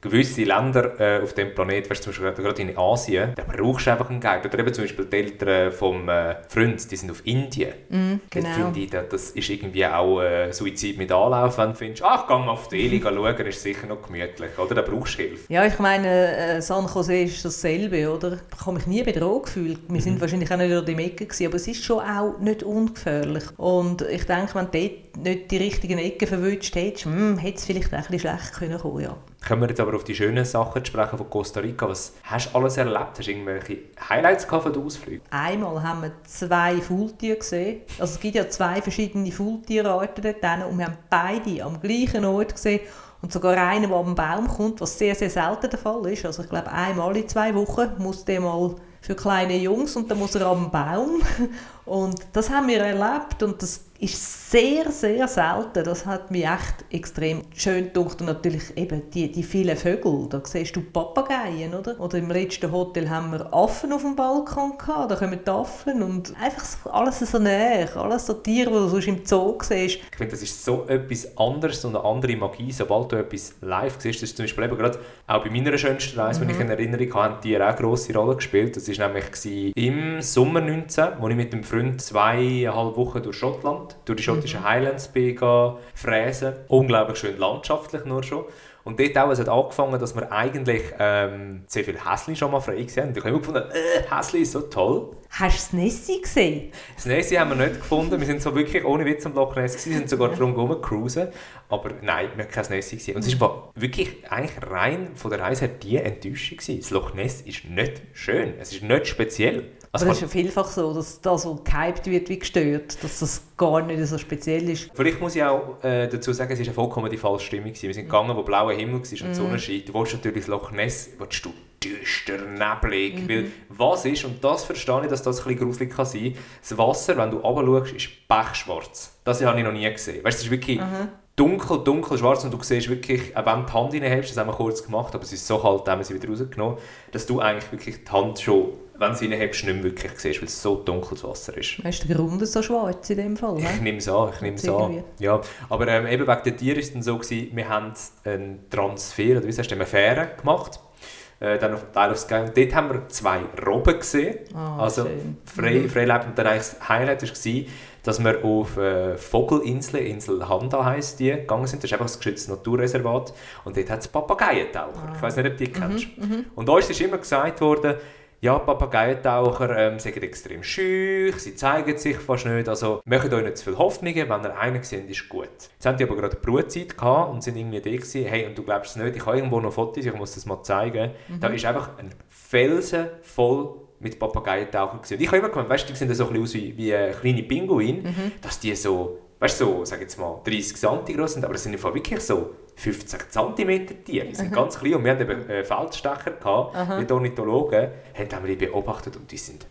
gewisse Länder äh, auf dem Planeten, weißt du, zum Beispiel gerade in Asien, da brauchst du einfach einen Guide. Oder eben zum Beispiel die Eltern vom äh, Freund, die sind auf Indien. Mm, genau. Dann finde ich, das ist irgendwie auch äh, Suizid mit Anlauf, wenn du findest, ach, geh mal auf die Eli schauen, ist sicher noch gemütlich, oder? Da brauchst du Hilfe. Ja, ich meine, äh, San Jose ist dasselbe, oder? Ich habe mich nie bedroht gefühlt. Wir sind mhm. wahrscheinlich auch nicht in der Ecke gewesen, aber es ist schon auch nicht ungefährlich. Und ich denke, wenn du dort nicht die richtigen Ecken verwünscht hättest, hm, hätte es vielleicht auch ein bisschen schlecht können kommen, ja. Kommen wir jetzt aber auf die schönen Sachen zu sprechen von Costa Rica. Was hast du alles erlebt? Hast du irgendwelche Highlights von den Ausflügen? Einmal haben wir zwei Faultiere gesehen. Also es gibt ja zwei verschiedene Faultierarten dort und wir haben beide am gleichen Ort gesehen. Und sogar einer, der am Baum kommt, was sehr, sehr selten der Fall ist. Also ich glaube, einmal in zwei Wochen muss der mal für kleine Jungs und dann muss er am Baum. Und das haben wir erlebt und das ist sehr, sehr selten. Das hat mich echt extrem schön gedacht. Und natürlich eben die, die vielen Vögel. Da siehst du Papageien, oder? Oder im letzten Hotel haben wir Affen auf dem Balkon gehabt. Da kommen Tafeln und einfach so, alles so näher. Alles so Tiere, die du sonst im Zoo siehst. Ich finde, das ist so etwas anderes und eine andere Magie, sobald du etwas live siehst. Das ist zum Beispiel eben gerade auch bei meiner schönsten Reise, mhm. wenn ich in Erinnerung habe, haben Tiere auch eine grosse Rolle gespielt. Das war nämlich im Sommer neunzehn, wo ich mit dem Freund zweieinhalb Wochen durch Schottland, durch die schottischen mhm. Highlands bin fräsen. Unglaublich schön landschaftlich nur schon. Und dort auch, es hat angefangen, dass wir eigentlich ähm, sehr viele Häsli schon mal frei gesehen haben. Und ich habe immer gefunden, äh, Häsli ist so toll. Hast du das Nessi gesehen? Das Nessi haben wir nicht gefunden. Wir sind so wirklich ohne Witz am Loch Ness gewesen. Wir sind sogar drum herum cruisen. Aber nein, wir haben kein Nessi gesehen. Und es war wirklich eigentlich rein von der Reise her die Enttäuschung gewesen. Das Loch Ness ist nicht schön. Es ist nicht speziell. Also aber es ist ja vielfach so, dass das, was gehypt wird, wie gestört, dass das gar nicht so speziell ist. Vielleicht muss ich auch äh, dazu sagen, es war vollkommen die falsche Stimmung. Wir sind gegangen, wo blauer Himmel war und mm. Sonne scheint. Du willst natürlich das Loch Ness, willst du düster, neblig, mm-hmm. weil was ist, und das verstehe ich, dass das ein bisschen gruselig kann sein, das Wasser, wenn du runter schaust, ist pechschwarz. Das habe ich noch nie gesehen. Weißt, es ist wirklich mm-hmm. dunkel, dunkel, schwarz und du siehst wirklich, auch wenn du die Hand reinhebst, das haben wir kurz gemacht, aber es ist so kalt, haben wir sie wieder rausgenommen, dass du eigentlich wirklich die Hand schon, wenn du sie reinhebst, nicht mehr wirklich siehst, weil es so dunkles Wasser ist. Ist der Grund so schwarz in dem Fall? Ich nehme es an, ich nehme es an. Ja, aber ähm, eben wegen der Tiere war es dann so gewesen, wir haben einen Transfer, oder wie sagst du, eine Fähre gemacht. Äh, dann auf Teil aufs Sky. Und dort haben wir zwei Robben gesehen. Oh, also frei, mhm. freilebend. Und dann eigentlich das Highlight war, dass wir auf äh, Vogelinsel, Insel Handa heisst die, gegangen sind. Das ist einfach ein geschütztes Naturreservat. Und dort hat es Papageientaucher. Ah. Ich weiss nicht, ob du die kennst. Mhm, und uns ist immer gesagt worden, ja, Papageientaucher ähm, sind extrem schüch, sie zeigen sich fast nicht, also macht euch nicht zu viel Hoffnungen, wenn ihr einen seht, ist gut. Jetzt haben die aber gerade Brutzeit gehabt und sind irgendwie da gewesen, hey, und du glaubst es nicht, ich habe irgendwo noch Fotos, ich muss das mal zeigen. Mhm. Da ist einfach ein Felsen voll mit Papageientauchern gewesen. Und ich habe immer gemeint, weißt du, die sehen so ein bisschen aus wie, wie äh, kleine Pinguine, mhm. dass die so, weißt du, so, sag jetzt mal, dreißig Zentimeter groß sind, aber das sind im Fall wirklich so fünfzig Zentimeter Tiere. Die sind Aha. ganz klein und wir hatten eben äh, Feldstecher gehabt, Aha. mit Ornithologen, haben wir die beobachtet und die sind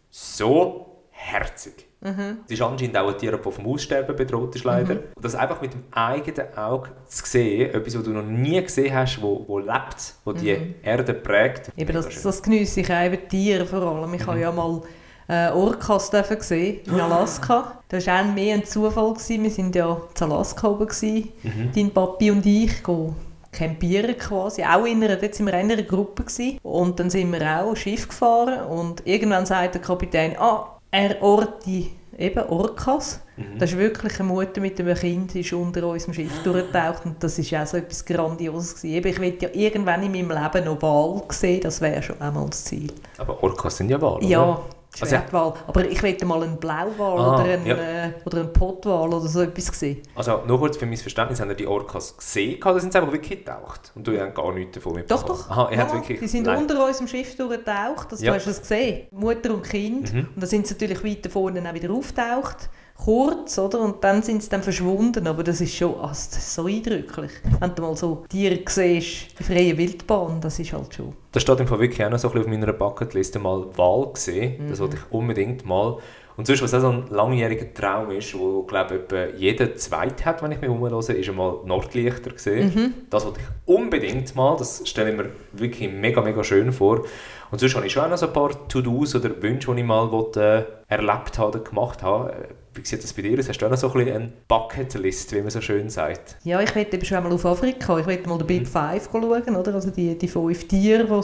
so herzig. Mhm. Es ist anscheinend auch ein Tier, das vom Aussterben bedroht ist, leider. Mhm. Und das einfach mit dem eigenen Auge zu sehen, etwas, was du noch nie gesehen hast, wo, wo lebt, wo die mhm. Erde prägt. Eben das, das geniesse ich auch über Tiere vor allem. Ich mhm. habe ja mal äh, Orcas gesehen in Alaska. Das war auch mehr ein Zufall. Wir waren ja in Alaska oben, mhm. dein Papi und ich, go campieren quasi. Auch in einer, dort sind wir in einer Gruppe gewesen. Und dann sind wir auch Schiff gefahren und irgendwann sagt der Kapitän, ah, er orte eben Orcas. Mhm. Das ist wirklich eine Mutter mit einem Kind, die ist unter unserem Schiff durchgetaucht und das war auch so etwas Grandioses gewesen. Eben, ich will ja irgendwann in meinem Leben noch Wal sehen, das wäre schon einmal das Ziel. Aber Orcas sind ja Wal, oder? Ja. Schwertwal. Also, aber ich möchte mal einen Blauwal ah, oder, einen, ja. äh, oder einen Pottwal oder so etwas sehen. Also nur kurz für mein Verständnis, haben ihr die Orcas gesehen oder sind sie einfach wirklich getaucht? Und du hast gar nichts davon mitbekommen? Doch, doch. Aha, ja, wirklich, die sind nein. unter unserem Schiff durchgetaucht, das, ja. du hast es gesehen. Mutter und Kind. Mhm. Und dann sind sie natürlich weiter vorne auch wieder aufgetaucht. Kurz, oder? Und dann sind sie dann verschwunden. Aber das ist schon, also das ist so eindrücklich. Wenn du mal so Tiere siehst, die freie Wildbahn, das ist halt schon. Das steht im Fall wirklich auch noch so ein bisschen auf meiner Bucketliste, mal Wal gesehen. Mhm. Das wollte ich unbedingt mal. Und sonst, was auch so ein langjähriger Traum ist, wo, glaube ich, jeder Zweite hat, wenn ich mich umhöre, ist einmal Nordlichter gesehen. Mhm. Das wollte ich unbedingt mal. Das stelle ich mir wirklich mega, mega schön vor. Und sonst habe ich schon auch noch so ein paar To-Dos oder Wünsche, die ich mal wollte, äh, erlebt habe oder gemacht habe. Wie sieht das bei dir aus? Hast du auch noch so ein bisschen eine Bucketlist, wie man so schön sagt? Ja, ich will eben schon einmal auf Afrika. Ich will mal den Big mhm. Five schauen, oder? Also die, die fünf Tiere, die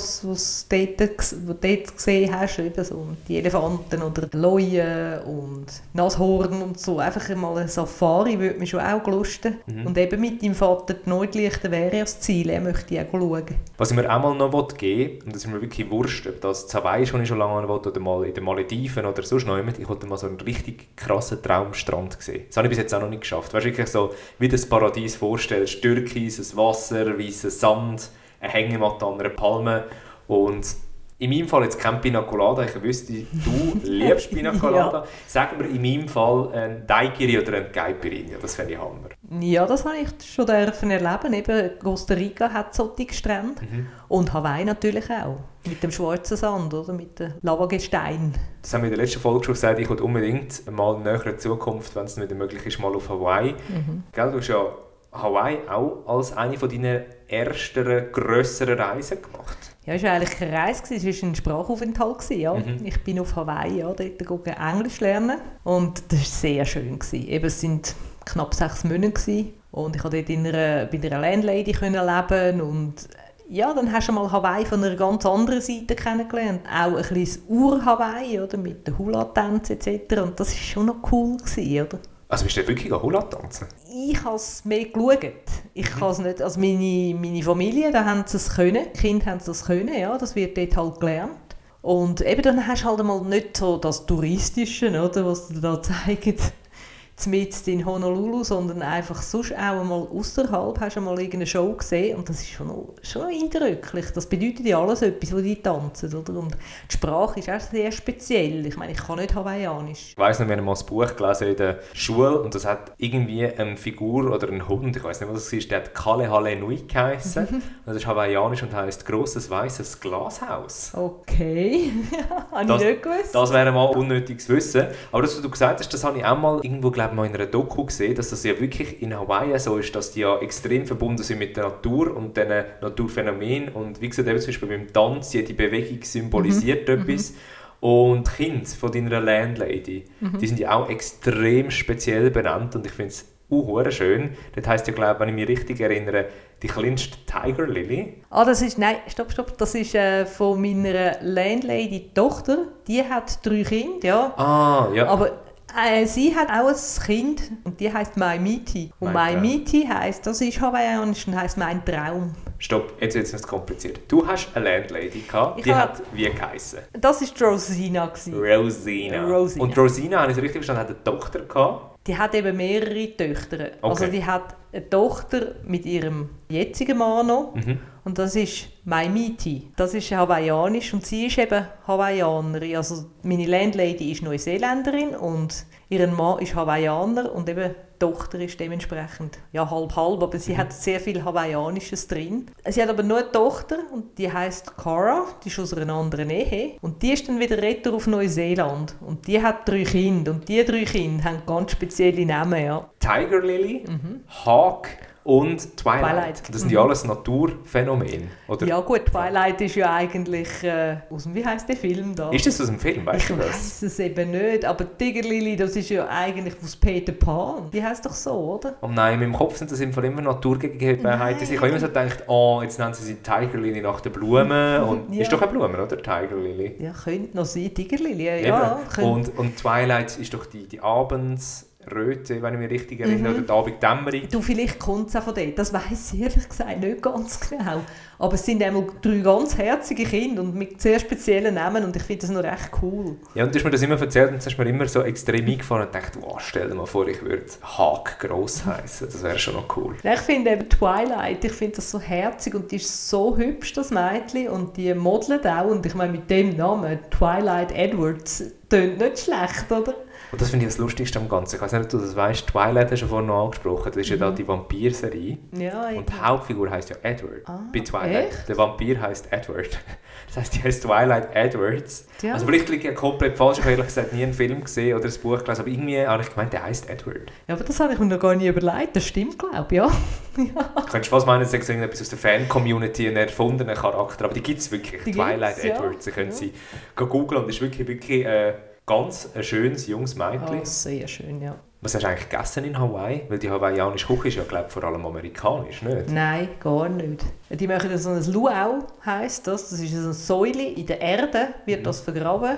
du dort, dort gesehen hast. Eben so die Elefanten oder die Leuen und Nashorn und so. Einfach mal eine Safari würde mich schon auch lusten. Mhm. Und eben mit deinem Vater die Nordlichter wäre das Ziel. Er möchte ich auch schauen. Was ich mir auch mal noch geben will, und das ist mir wirklich wurscht, ob das in Hawaii schon, schon lange will, oder mal in den Malediven oder sonst noch jemand, ich wollte mal so einen richtig krassen Traumstrand sehen. Das habe ich bis jetzt auch noch nicht geschafft. Weißt du, wirklich so, wie du das Paradies vorstellst, türkises Wasser, weißer Sand, eine Hängematte an einer Palme und in meinem Fall jetzt kein Pina Colada, ich wüsste, du liebst Pina Colada. Ja. Sagen wir in meinem Fall ein Daiquiri oder ein Caipirinha, das fände ich Hammer. Ja, das habe ich schon dürfen erleben. Eben Costa Rica hat solche Strände mhm. und Hawaii natürlich auch. Mit dem schwarzen Sand, oder? Mit dem Lavagestein. Das haben wir in der letzten Folge schon gesagt, ich will unbedingt mal in näherer Zukunft, wenn es nicht möglich ist, mal auf Hawaii. Mhm. Gell, du hast ja Hawaii auch als eine von deinen ersten, grösseren Reisen gemacht. Ja, es war eigentlich keine Reise, es war ein Sprachaufenthalt. Ja. Mhm. Ich bin auf Hawaii, ja, dort Englisch lernen. Und das war sehr schön. Eben, es waren knapp sechs Monate. Und ich konnte dort in einer, bei einer Landlady leben. Und ja, dann hast du mal Hawaii von einer ganz anderen Seite kennengelernt. Auch ein bisschen Ur-Hawaii, oder? Mit den Hula-Tänzen et cetera. Und das war schon noch cool, oder? Also bist du wirklich Hula tanzen? Ich habe es mehr geschaut. Ich kann es nicht, also meine, meine Familie, da haben sie es können, die Kinder haben es können, ja, das wird dort halt gelernt. Und eben dann hast du halt mal nicht so das Touristische, oder, was sie da zeigen, mitten in Honolulu, sondern einfach sonst auch einmal außerhalb hast du mal irgendeine Show gesehen und das ist schon, noch, schon noch eindrücklich. Das bedeutet ja alles etwas, wo die tanzen, oder? Und die Sprache ist auch sehr speziell. Ich meine, ich kann nicht Hawaiianisch. Ich weiss noch, wir haben mal ein Buch gelesen in der Schule und das hat irgendwie eine Figur oder ein Hund, ich weiss nicht, was es ist, der hat Kalehale Nui geheissen. Und das ist Hawaiianisch und heisst grosses weißes Glashaus. Okay, habe ich nicht gewusst. Das wäre mal unnötiges Wissen. Aber das, was du gesagt hast, das habe ich auch mal irgendwo, glaube mal in einer Doku gesehen, dass das ja wirklich in Hawaii so ist, dass die ja extrem verbunden sind mit der Natur und diesen Naturphänomenen. Und wie gesagt, eben zum Beispiel beim Tanz, jede Bewegung symbolisiert mhm. etwas. Mhm. Und die Kinder von deiner Landlady, mhm. die sind ja auch extrem speziell benannt und ich finde es uh, schön. Das heisst ja, glaube ich, wenn ich mich richtig erinnere, die kleinste Tiger Lily. Ah, das ist, nein, stopp, stopp, das ist äh, von meiner Landlady-Tochter. Die hat drei Kinder, ja. Ah, ja. Aber Äh, sie hat auch ein Kind und die heisst Maimiti. Und Maimiti heisst, das ist hawaiianisch und heisst mein Traum. Stopp, jetzt wird es kompliziert. Du hast eine Landlady gehabt, ich die hab, hat wie geheissen? Das war Rosina. Rosina. Rosina. Und Rosina, habe ich es richtig verstanden, hat eine Tochter gehabt? Die hat eben mehrere Töchter. Okay. Also die hat eine Tochter mit ihrem jetzigen Mann noch. Mhm. Und das ist Maimiti. Das ist hawaiianisch und sie ist eben Hawaiianerin. Also meine Landlady ist Neuseeländerin und ihr Mann ist Hawaiianer und eben die Tochter ist dementsprechend ja, halb-halb, aber sie mhm. hat sehr viel Hawaiianisches drin. Sie hat aber nur eine Tochter und die heisst Cara, die ist aus einer anderen Ehe und die ist dann wieder retour auf Neuseeland und die hat drei Kinder und diese drei Kinder haben ganz spezielle Namen. Ja. Tiger Lily, mhm. Hawk und Twilight. Twilight. Das sind ja alles Naturphänomene, oder? Ja gut, Twilight ist ja eigentlich äh, aus dem, wie heisst der Film da? Ist das aus dem Film, weißt ich du das? Ich weiss es eben nicht, aber Tiger Lily, das ist ja eigentlich aus Peter Pan. Die heisst doch so, oder? Oh nein, in meinem Kopf sind das im Fall immer Naturgegebenheiten. Ich habe immer so gedacht, oh, jetzt nennen sie sie Tiger Lily nach der Blume. Und ja. Ist doch eine Blume, oder? Tiger Lily. Ja, könnte noch sein, Tiger Lily, ja. Und, und Twilight ist doch die, die Abends... Röte, wenn ich mich richtig erinnere, mhm. oder die Abenddämmerung. Du, vielleicht kommt es auch von dort, das weiss ich ehrlich gesagt nicht ganz genau. Aber es sind einmal drei ganz herzige Kinder und mit sehr speziellen Namen und ich finde das noch recht cool. Ja, und du hast mir das immer erzählt und du hast mir immer so extrem eingefahren und dachte, wow, stell dir mal vor, ich würde Hawk gross heißen, das wäre schon noch cool. Ich finde eben Twilight, ich finde das so herzig und die ist so hübsch, das Mädchen, und die modelt auch und ich meine mit dem Namen, Twilight Edwards, tönt nicht schlecht, oder? Und das finde ich das Lustigste am Ganzen. Ich weiß nicht, ob du das weißt, Twilight hast du vorhin noch angesprochen. Das ist ja mhm. da die Vampir-Serie. Ja, und die Hauptfigur heisst ja Edward. Ah, bei Twilight. Echt? Der Vampir heisst Edward. Das heisst, die heisst Twilight Edwards. Ja. Also vielleicht liege ich komplett falsch. Ich habe ehrlich gesagt nie einen Film gesehen oder ein Buch gelesen, aber irgendwie habe ich gemeint, der heisst Edward. Ja, aber das habe ich mir noch gar nicht überlegt. Das stimmt, glaube ich, ja. ja. Du könntest fast meinen, es ist irgendetwas aus der Fan-Community, ein erfundener Charakter, aber die gibt es wirklich. Die Twilight Edwards. Ja. Sie können ja. sie googeln und es ist wirklich, wirklich... Äh, Ganz ein schönes, junges Mädchen. Oh, sehr schön, ja. Was hast du eigentlich gegessen in Hawaii? Weil die hawaiianische Küche ist ja, glaube ich, vor allem amerikanisch, nicht? Nein, gar nicht. Die machen so ein Luau, heisst das. Das ist eine Säule in der Erde, wird das vergraben.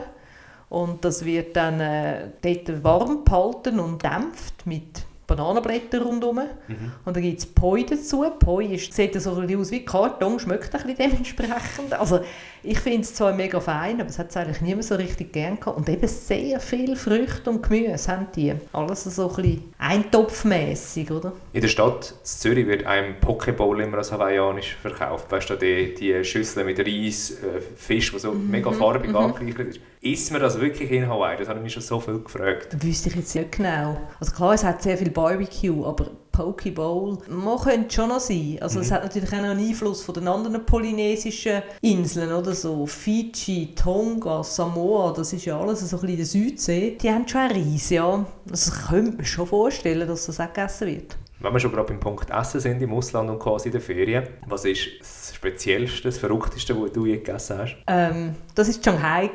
Und das wird dann äh, dort warm gehalten und dämpft mit Bananenblättern rundherum. Mhm. Und dann gibt es Poi dazu. Poi ist, sieht so ein bisschen aus wie Karton, schmeckt ein bisschen dementsprechend. Also ich finde es zwar mega fein, aber es hat es eigentlich niemand so richtig gern gehabt. Und eben sehr viel Früchte und Gemüse haben die. Alles so ein bisschen eintopfmässig, oder? In der Stadt in Zürich wird einem Pokeball immer als hawaiianisch verkauft. Weißt du, die, die Schüssel mit Reis, äh, Fisch, der so mhm. mega farbig mhm. angereichert ist. Isst man das wirklich in Hawaii? Das habe ich mich schon so viel gefragt. Das wüsste ich jetzt nicht genau. Also klar, es hat sehr viel Barbecue, aber Pokeball, man könnte schon noch sein. Also mhm. es hat natürlich auch noch einen Einfluss von den anderen polynesischen Inseln, oder so Fiji, Tonga, Samoa, das ist ja alles so ein bisschen der Südsee. Die haben schon einen Reis, ja. Also ich könnte mir schon vorstellen, dass das auch gegessen wird. Wenn wir schon gerade beim Punkt Essen sind im Ausland und quasi in den Ferien, was ist das Speziellste, das Verrückteste, was du je gegessen hast? Ähm, das war Shanghai.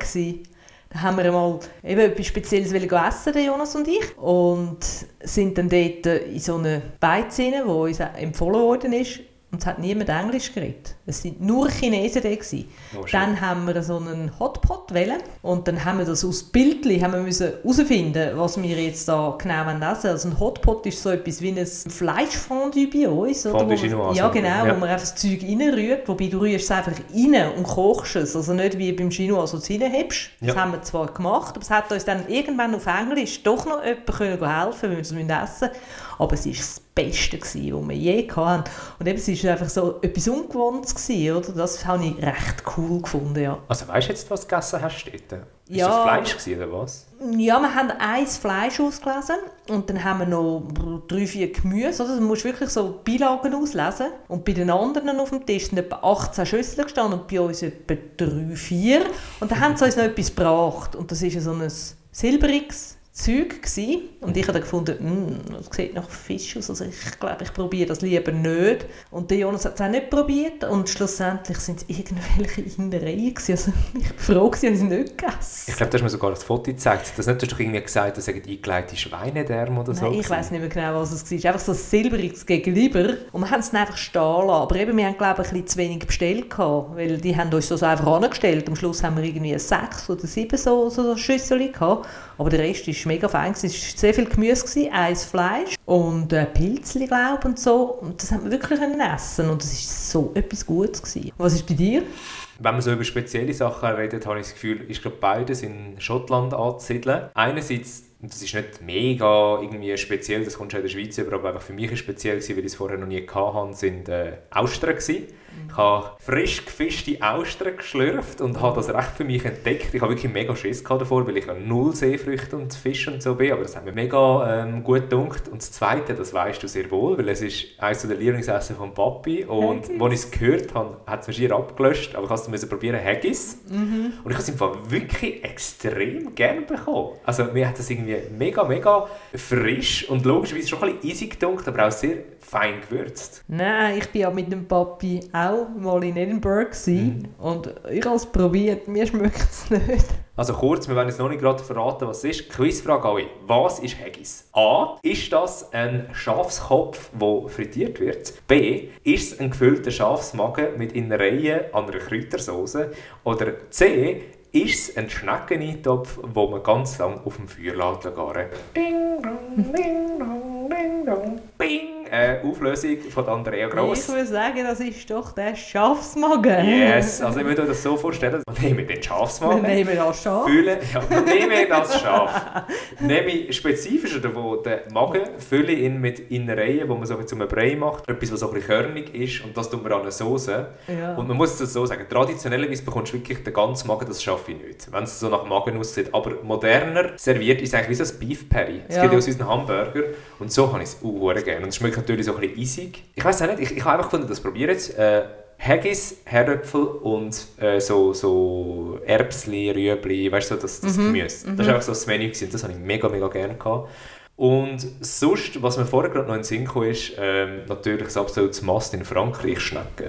Da haben wir mal eben etwas Spezielles essen, der Jonas und ich. Und sind dann dort in so eine Beiz rein, die uns empfohlen worden ist. Und es hat niemand Englisch geredet. Es waren nur Chinesen da. Oh, dann haben wir so einen Hotpot wählen und dann haben wir das aus Bildchen haben wir müssen herausfinden, was wir jetzt da genau essen wollen. Also ein Hotpot ist so etwas wie ein Fleischfondue bei uns. Oder? Fondue Chinoise. Ja, genau, ja. Wo man einfach das Zeug reinrührt, wobei du rührst es einfach rein und kochst es. Also nicht wie beim Chinoise, wo du es reinhebst. Das ja. haben wir zwar gemacht, aber es hat uns dann irgendwann auf Englisch doch noch jemand können helfen, weil wir es essen müssen. Aber es war das Beste, was wir je hatten. Und eben, es war einfach so etwas Ungewohntes gewesen, oder? Das habe ich recht cool gefunden, ja. Also weißt du jetzt, was du gegessen hast dort? Ja. Ist das Fleisch gewesen, oder was? Ja, wir haben ein Fleisch ausgelesen und dann haben wir noch drei, vier Gemüse. Also, du musst wirklich so Beilagen auslesen. Und bei den anderen auf dem Tisch sind etwa achtzehn Schüsseln gestanden und bei uns etwa drei, vier. Und dann haben sie uns noch etwas gebracht. Und das ist so ein silbriges Zeug gsi. Und ich habe gefunden, das sieht nach Fisch aus, also ich glaube, ich probiere das lieber nicht. Und der Jonas hat es auch nicht probiert und schlussendlich sind es irgendwelche Innereien gewesen. Also ich war froh, dass ich es nicht gegessen. Ich glaube, du hast mir sogar das Foto gezeigt. Das nicht, du hast doch irgendwie gesagt, das sind eingelegte Schweinedärme oder so. Nein, ich weiss nicht mehr genau, was es war. Einfach so ein silbriges Gegenüber. Und wir haben es dann einfach stehen lassen. Aber eben, wir haben, glaube ich, ein bisschen zu wenig bestellt gehabt, weil die haben uns das einfach angestellt. Am Schluss haben wir irgendwie sechs oder sieben so, so Schüsseln gehabt. Aber der Rest war mega fein. Es war sehr viel Gemüse, ein Fleisch und äh, Pilzli, glaube ich, und so. Und das haben wir wirklich essen und das war so etwas Gutes gewesen. Was ist bei dir? Wenn man so über spezielle Sachen redet, habe ich das Gefühl, ich glaube, beides in Schottland anzusiedeln. Einerseits, das ist nicht mega irgendwie speziell, das kommt schon in der Schweiz über, aber einfach für mich ist speziell gewesen, weil ich es vorher noch nie hatte, sind äh, Austern gewesen. Ich habe frisch gefischte Austern geschlürft und habe das recht für mich entdeckt. Ich habe wirklich mega Schiss davor, weil ich ja null Seefrüchte und Fisch und so bin, aber das hat mir mega ähm, gut gedunkt. Und das Zweite, das weißt du sehr wohl, weil es ist eines der Lieblingsessen von Papi und Haggis. Als ich es gehört habe, hat es mir schier abgelöscht, aber ich musste es probieren, Haggis. Mhm. Und ich habe es im Fall wirklich extrem gerne bekommen. Also mir hat das irgendwie mega, mega frisch und logischerweise schon ein bisschen easy gedunkt, aber auch sehr fein gewürzt. Nein, ich war ja mit dem Papi auch mal in Edinburgh mm. und ich habe es probiert, mir schmeckt es nicht. Also kurz, wir werden jetzt noch nicht gerade verraten, was es ist. Quizfrage an euch. Was ist Haggis? A. Ist das ein Schafskopf, der frittiert wird? B. Ist es ein gefüllter Schafsmagen mit Innereien an einer Kräutersauce? Oder C. Ist es ein Schneckeneintopf, den man ganz lang auf dem Feuer lässt garen? Ding dong, ding dong, ding dong, bing! Äh, Auflösung von Andrea Gross. Ich würde sagen, das ist doch der Schafsmagen. Yes, also ich würde euch das so vorstellen, wir nehmen den Schafsmagen. Wir nehmen das Schaf. Fülle, ja, wir nehmen das Schaf. Nehme ich spezifischer davon den Magen, fülle ihn mit Innereien, die man so zum Brei macht. Etwas, was so ein bisschen körnig ist und das tun wir an eine Soße. Ja. Und man muss es so sagen, traditionellerweise bekommst du wirklich den ganzen Magen, das schaffe ich nicht, wenn es so nach Magen aussieht. Aber moderner serviert ist eigentlich wie so ein Beef Patty. Das ja. gibt ja aus unseren Hamburger und so habe ich es auch gerne. Und es schmeckt natürlich so ein bisschen eisig. Ich weiss auch nicht, ich, ich habe einfach gefunden, das probieren jetzt. Äh, Haggis, Herdöpfel und äh, so, so Erbsli, Rüebli, weißt du, so das, das mhm. Gemüse. Das war einfach so das Menü gewesen. Das habe ich mega, mega gerne gehabt. Und sonst, was mir vorher gerade noch in den Sinn kam, ist ähm, natürlich das absolute Must in Frankreich, Schnecken.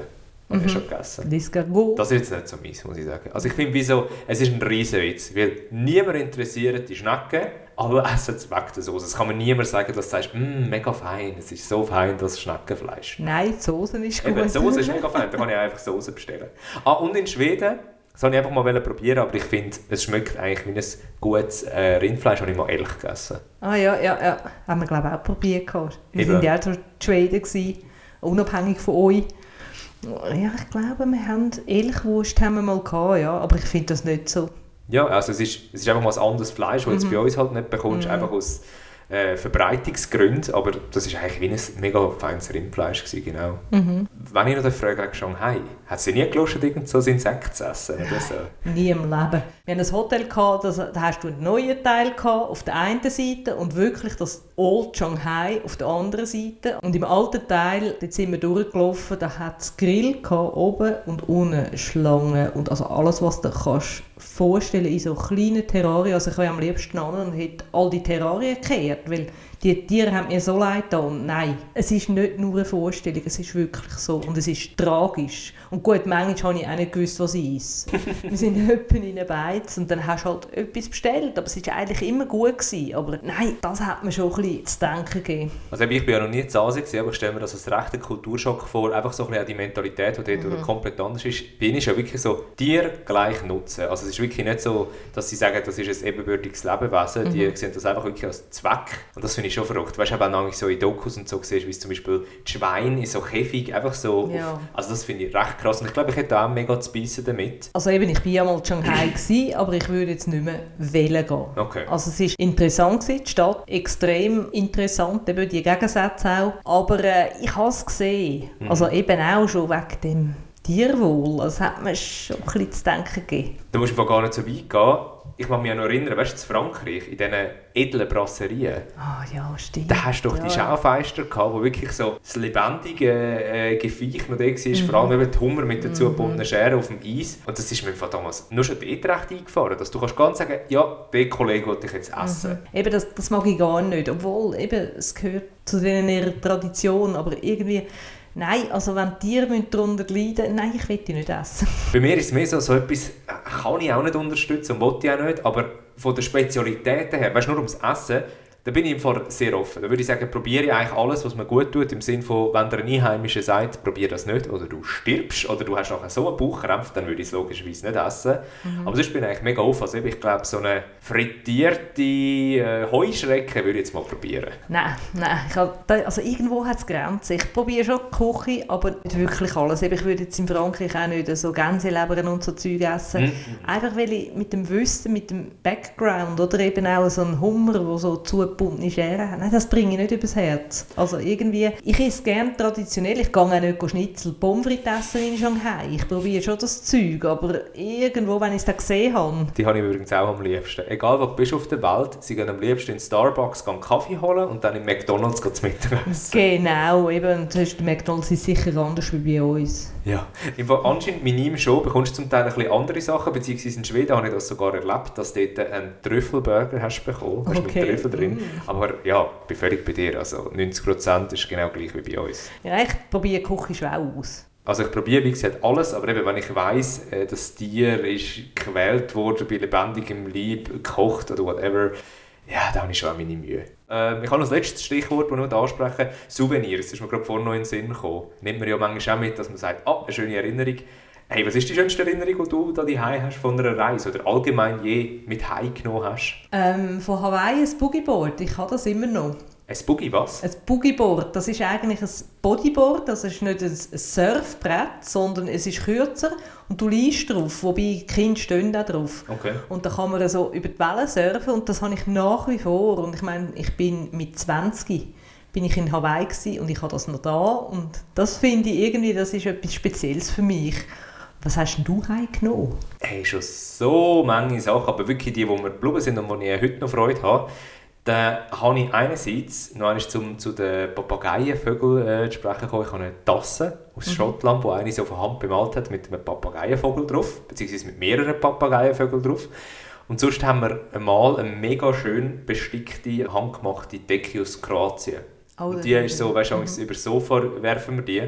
habe ich schon gegessen. L'escargot. Das ist jetzt nicht so meins, muss ich sagen. Also ich finde, wieso, es ist ein Riesenwitz, weil niemand interessiert die Schnecken, aber essen es weg der Soße. Es kann mir niemand sagen, dass du sagst, mmm, mega fein, es ist so fein, das Schneckenfleisch. Nein, die Soße ist gut. Eben, die Soße ist mega fein, da kann ich einfach Soße bestellen. Ah, und in Schweden, das wollte ich einfach mal probieren, aber ich finde, es schmeckt eigentlich wie ein gutes äh, Rindfleisch, habe ich mal Elch gegessen. Ah ja, ja, ja. Haben wir glaube ich auch probiert. Wir waren ja auch in Schweden, gewesen, unabhängig von euch. Ja, ich glaube, wir haben Elchwurst haben wir mal gehabt, ja, aber ich finde das nicht so. Ja, also es ist, es ist einfach mal ein anderes Fleisch, das mhm. du bei uns halt nicht bekommst, mhm. einfach aus äh, Verbreitungsgründen, aber das war eigentlich wie ein mega feines Rindfleisch gewesen, genau. Mhm. Wenn ich noch die Frage wegen Shanghai, hat sie nie gelust, irgend so ein Insekt zu essen oder so? Nie im Leben. Wir hatten ein Hotel, gehabt, das, da hast du einen neuen Teil gehabt, auf der einen Seite und wirklich das Old Shanghai auf der anderen Seite. Und im alten Teil, dort sind wir durchgelaufen, da hat es Grill gehabt, oben und unten Schlangen und also alles, was du kannst vorstellen in so kleinen Terrarien. Also ich wäre am liebsten an und hätte all die Terrarien gekehrt, weil die Tiere haben mir so leid getan. Nein, es ist nicht nur eine Vorstellung, es ist wirklich so und es ist tragisch. Und gut, manchmal habe ich auch nicht gewusst, was ich esse. Wir sind etwa in einer Beiz und dann hast du halt etwas bestellt, aber es war eigentlich immer gut gewesen. Aber nein, das hat mir schon ein bisschen zu denken gegeben. Also ich bin ja noch nie in Asien gewesen, aber ich stelle mir das als rechten Kulturschock vor, einfach so ein bisschen die Mentalität, die dort mhm. komplett anders ist. Bei ihnen ist ja wirklich so, Tier gleich nutzen. Also es ist wirklich nicht so, dass sie sagen, das ist ein ebenbürtiges Lebewesen, mhm. die sehen das einfach wirklich als Zweck. Und das finde ich schon verrückt. Weißt du, auch wenn so in Dokus und so siehst, wie zum Beispiel die Schweine in so Käfig einfach so, ja. auf, also das finde ich recht krass und ich glaube, ich hätte auch mega zu beißen damit. Also eben, ich war ja mal in Shanghai gewesen, aber ich würde jetzt nicht mehr wählen gehen. Okay. Also es war interessant gewesen, die Stadt extrem interessant, eben die Gegensätze auch, aber äh, ich habe es gesehen, mhm. also eben auch schon wegen dem Tierwohl, das hat mir schon ein bisschen zu denken gegeben. Da musst du gar nicht so weit gehen. Ich kann mich noch erinnern, weißt du, in Frankreich, in diesen edlen Brasserien, ah, ja, stimmt. da hast du doch ja. die Schaufenster gehabt, wo wirklich so das lebendige äh, Geviech noch da war, mhm. vor allem eben die Hummer mit dazu gebundenen Scheren auf dem Eis. Und das ist mir damals nur schon dort recht eingefahren, dass du kannst ganz sagen, ja, der Kollege will ich jetzt essen. Mhm. Eben, das, das mag ich gar nicht, obwohl eben, es gehört zu ihrer Tradition, aber irgendwie... Nein, also wenn Tiere darunter leiden müssen, nein, ich will die nicht essen. Bei mir ist es mehr so, so etwas, kann ich auch nicht unterstützen und will ich auch nicht, aber von der Spezialitäten her, weißt du, nur ums Essen, da bin ich im Fall sehr offen. Da würde ich sagen, probiere ich eigentlich alles, was mir gut tut, im Sinne von, wenn der Einheimische sagt, probiere das nicht, oder du stirbst, oder du hast nachher so einen Bauchkrämpf, dann würde ich es logischerweise nicht essen. Mhm. Aber sonst bin ich eigentlich mega offen. Also ich glaube, so eine frittierte äh, Heuschrecke würde ich jetzt mal probieren. Nein, nein. Ich hab, also irgendwo hat es Grenzen. Ich probiere schon die Küche, aber nicht wirklich alles. Ich würde jetzt in Frankreich auch nicht so Gänselebern und so Zeug essen. Mhm. Einfach weil ich mit dem Wissen, mit dem Background, oder eben auch so einen Hummer, der so zugebundene Scheren hat, nein, das bringe ich nicht übers Herz. Also irgendwie, ich esse gerne traditionell. Ich gehe auch nicht Schnitzel, Pommes frites essen in Shanghai. Ich probiere schon das Zeug, aber irgendwo, wenn ich es dann gesehen habe. Die habe ich übrigens auch am liebsten. Egal wo du bist auf der Welt, sie gehen am liebsten in Starbucks einen Kaffee holen und dann in McDonalds zu Mittag essen. Genau, eben. Und der McDonalds ist sicher anders wie bei uns. Ja, im Fall anscheinend mit meinem Show bekommst du zum Teil ein bisschen andere Sachen, beziehungsweise in Schweden habe ich das sogar erlebt, dass du dort einen Trüffelburger hast bekommen, hast okay. mit Trüffel drin. Mm. Aber ja, ich bin völlig bei dir, also neunzig Prozent ist genau gleich wie bei uns. Ja, ich probiere die Küche schon auch aus. Also ich probiere, wie gesagt, alles, aber eben, wenn ich weiss, äh, das Tier ist gequält worden, bei lebendigem Leib, gekocht oder whatever, ja, da habe ich schon auch meine Mühe. Ähm, ich habe noch das letzte Stichwort, das ich ansprechen Souvenirs, das ist mir gerade vorhin noch in den Sinn gekommen. Nimmt man ja manchmal auch mit, dass man sagt, ah, eine schöne Erinnerung. Hey, was ist die schönste Erinnerung, die du da daheim hast von einer Reise oder allgemein je mit heimgenommen hast? Ähm, von Hawaii ein Boogieboard, ich habe das immer noch. Ein Boogie was? Ein Boogieboard, das ist eigentlich ein Bodyboard, das ist nicht ein Surfbrett, sondern es ist kürzer und du liegst drauf, wobei die Kinder stehen auch drauf. Okay. Und da kann man so über die Wellen surfen und das habe ich nach wie vor. Und ich meine, ich bin mit zwanzig bin ich in Hawaii gewesen und ich habe das noch da und das finde ich irgendwie, das ist etwas Spezielles für mich. Was hast denn du heimgenommen? Hey, schon so viele Sachen, aber wirklich die, die mir geblieben sind und die ich heute noch Freude habe. Da habe ich einerseits noch einmal zum, zu den Papageienvögeln äh, zu sprechen gekommen. Ich habe eine Tasse aus mhm. Schottland, die eine so von Hand bemalt hat mit einem Papageienvogel drauf, beziehungsweise mit mehreren Papageienvögeln drauf. Und sonst haben wir einmal eine mega schön bestickte, handgemachte Decke aus Kroatien. Oh, und die ist so, weißt du, mhm. über das Sofa werfen wir die.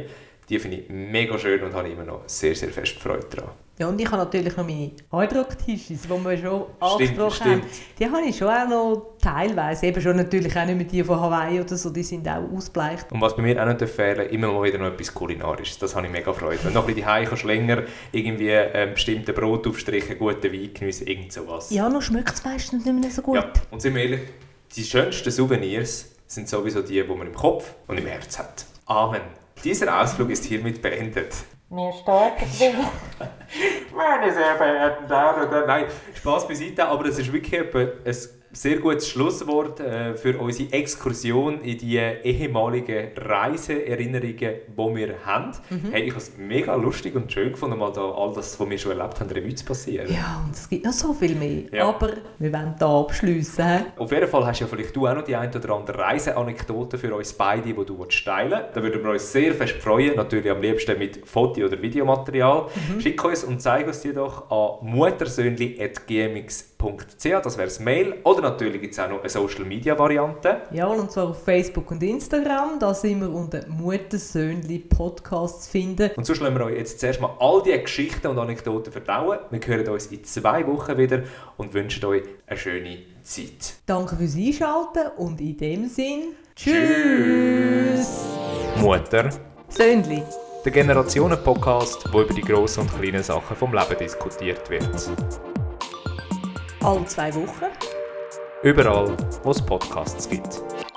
Die finde ich mega schön und habe immer noch sehr, sehr fest Freude daran. Ja, und ich habe natürlich noch meine Eindrucktisches, die wir schon angesprochen haben. Die habe ich schon auch noch teilweise, eben schon natürlich auch nicht mit die von Hawaii oder so, die sind auch ausbleicht. Und was bei mir auch nicht fehlen, immer mal wieder noch etwas Kulinarisches. Das habe ich mega Freude. Wenn du noch ein bisschen daheim kannst, länger irgendwie ähm, bestimmte Brotaufstriche, guten Wein geniessen, irgend sowas. Ja, noch schmeckt es meistens nicht mehr so gut. Ja, und sind wir ehrlich, die schönsten Souvenirs sind sowieso die, die man im Kopf und im Herz hat. Amen. Dieser Ausflug ist hiermit beendet. Wir starten wieder. Meine sehr verehrten Damen und Herren. Nein, Spass beiseite, aber es ist wirklich ein sehr gutes Schlusswort äh, für unsere Exkursion in die ehemaligen Reiseerinnerungen, die wir haben. Mhm. Hey, ich habe es mega lustig und schön gefunden, mal da all das, was wir schon erlebt haben, Revue zu passieren. Ja, und es gibt noch so viel mehr. Ja. Aber wir wollen hier abschliessen. Auf jeden Fall hast ja vielleicht du auch noch die ein oder andere Reiseanekdote für uns beide, die du teilen willst. Da würden wir uns sehr fest freuen, natürlich am liebsten mit Foto- oder Videomaterial. Mhm. Schick uns und zeig uns die doch an muttersöhnli at g m x punkt c h, das wäre das Mail. Oder natürlich gibt es auch noch eine Social-Media-Variante. Ja, und zwar auf Facebook und Instagram. Da sind wir unter Muttersöhnli Podcasts zu finden. Und so lassen wir euch jetzt zuerst mal all diese Geschichten und Anekdoten verdauen. Wir hören uns in zwei Wochen wieder und wünschen euch eine schöne Zeit. Danke fürs Einschalten und in dem Sinn, tschüss! Mutter Söhnli. Der Generationen-Podcast, wo über die grossen und kleinen Sachen vom Leben diskutiert wird. Alle zwei Wochen. Überall, wo es Podcasts gibt.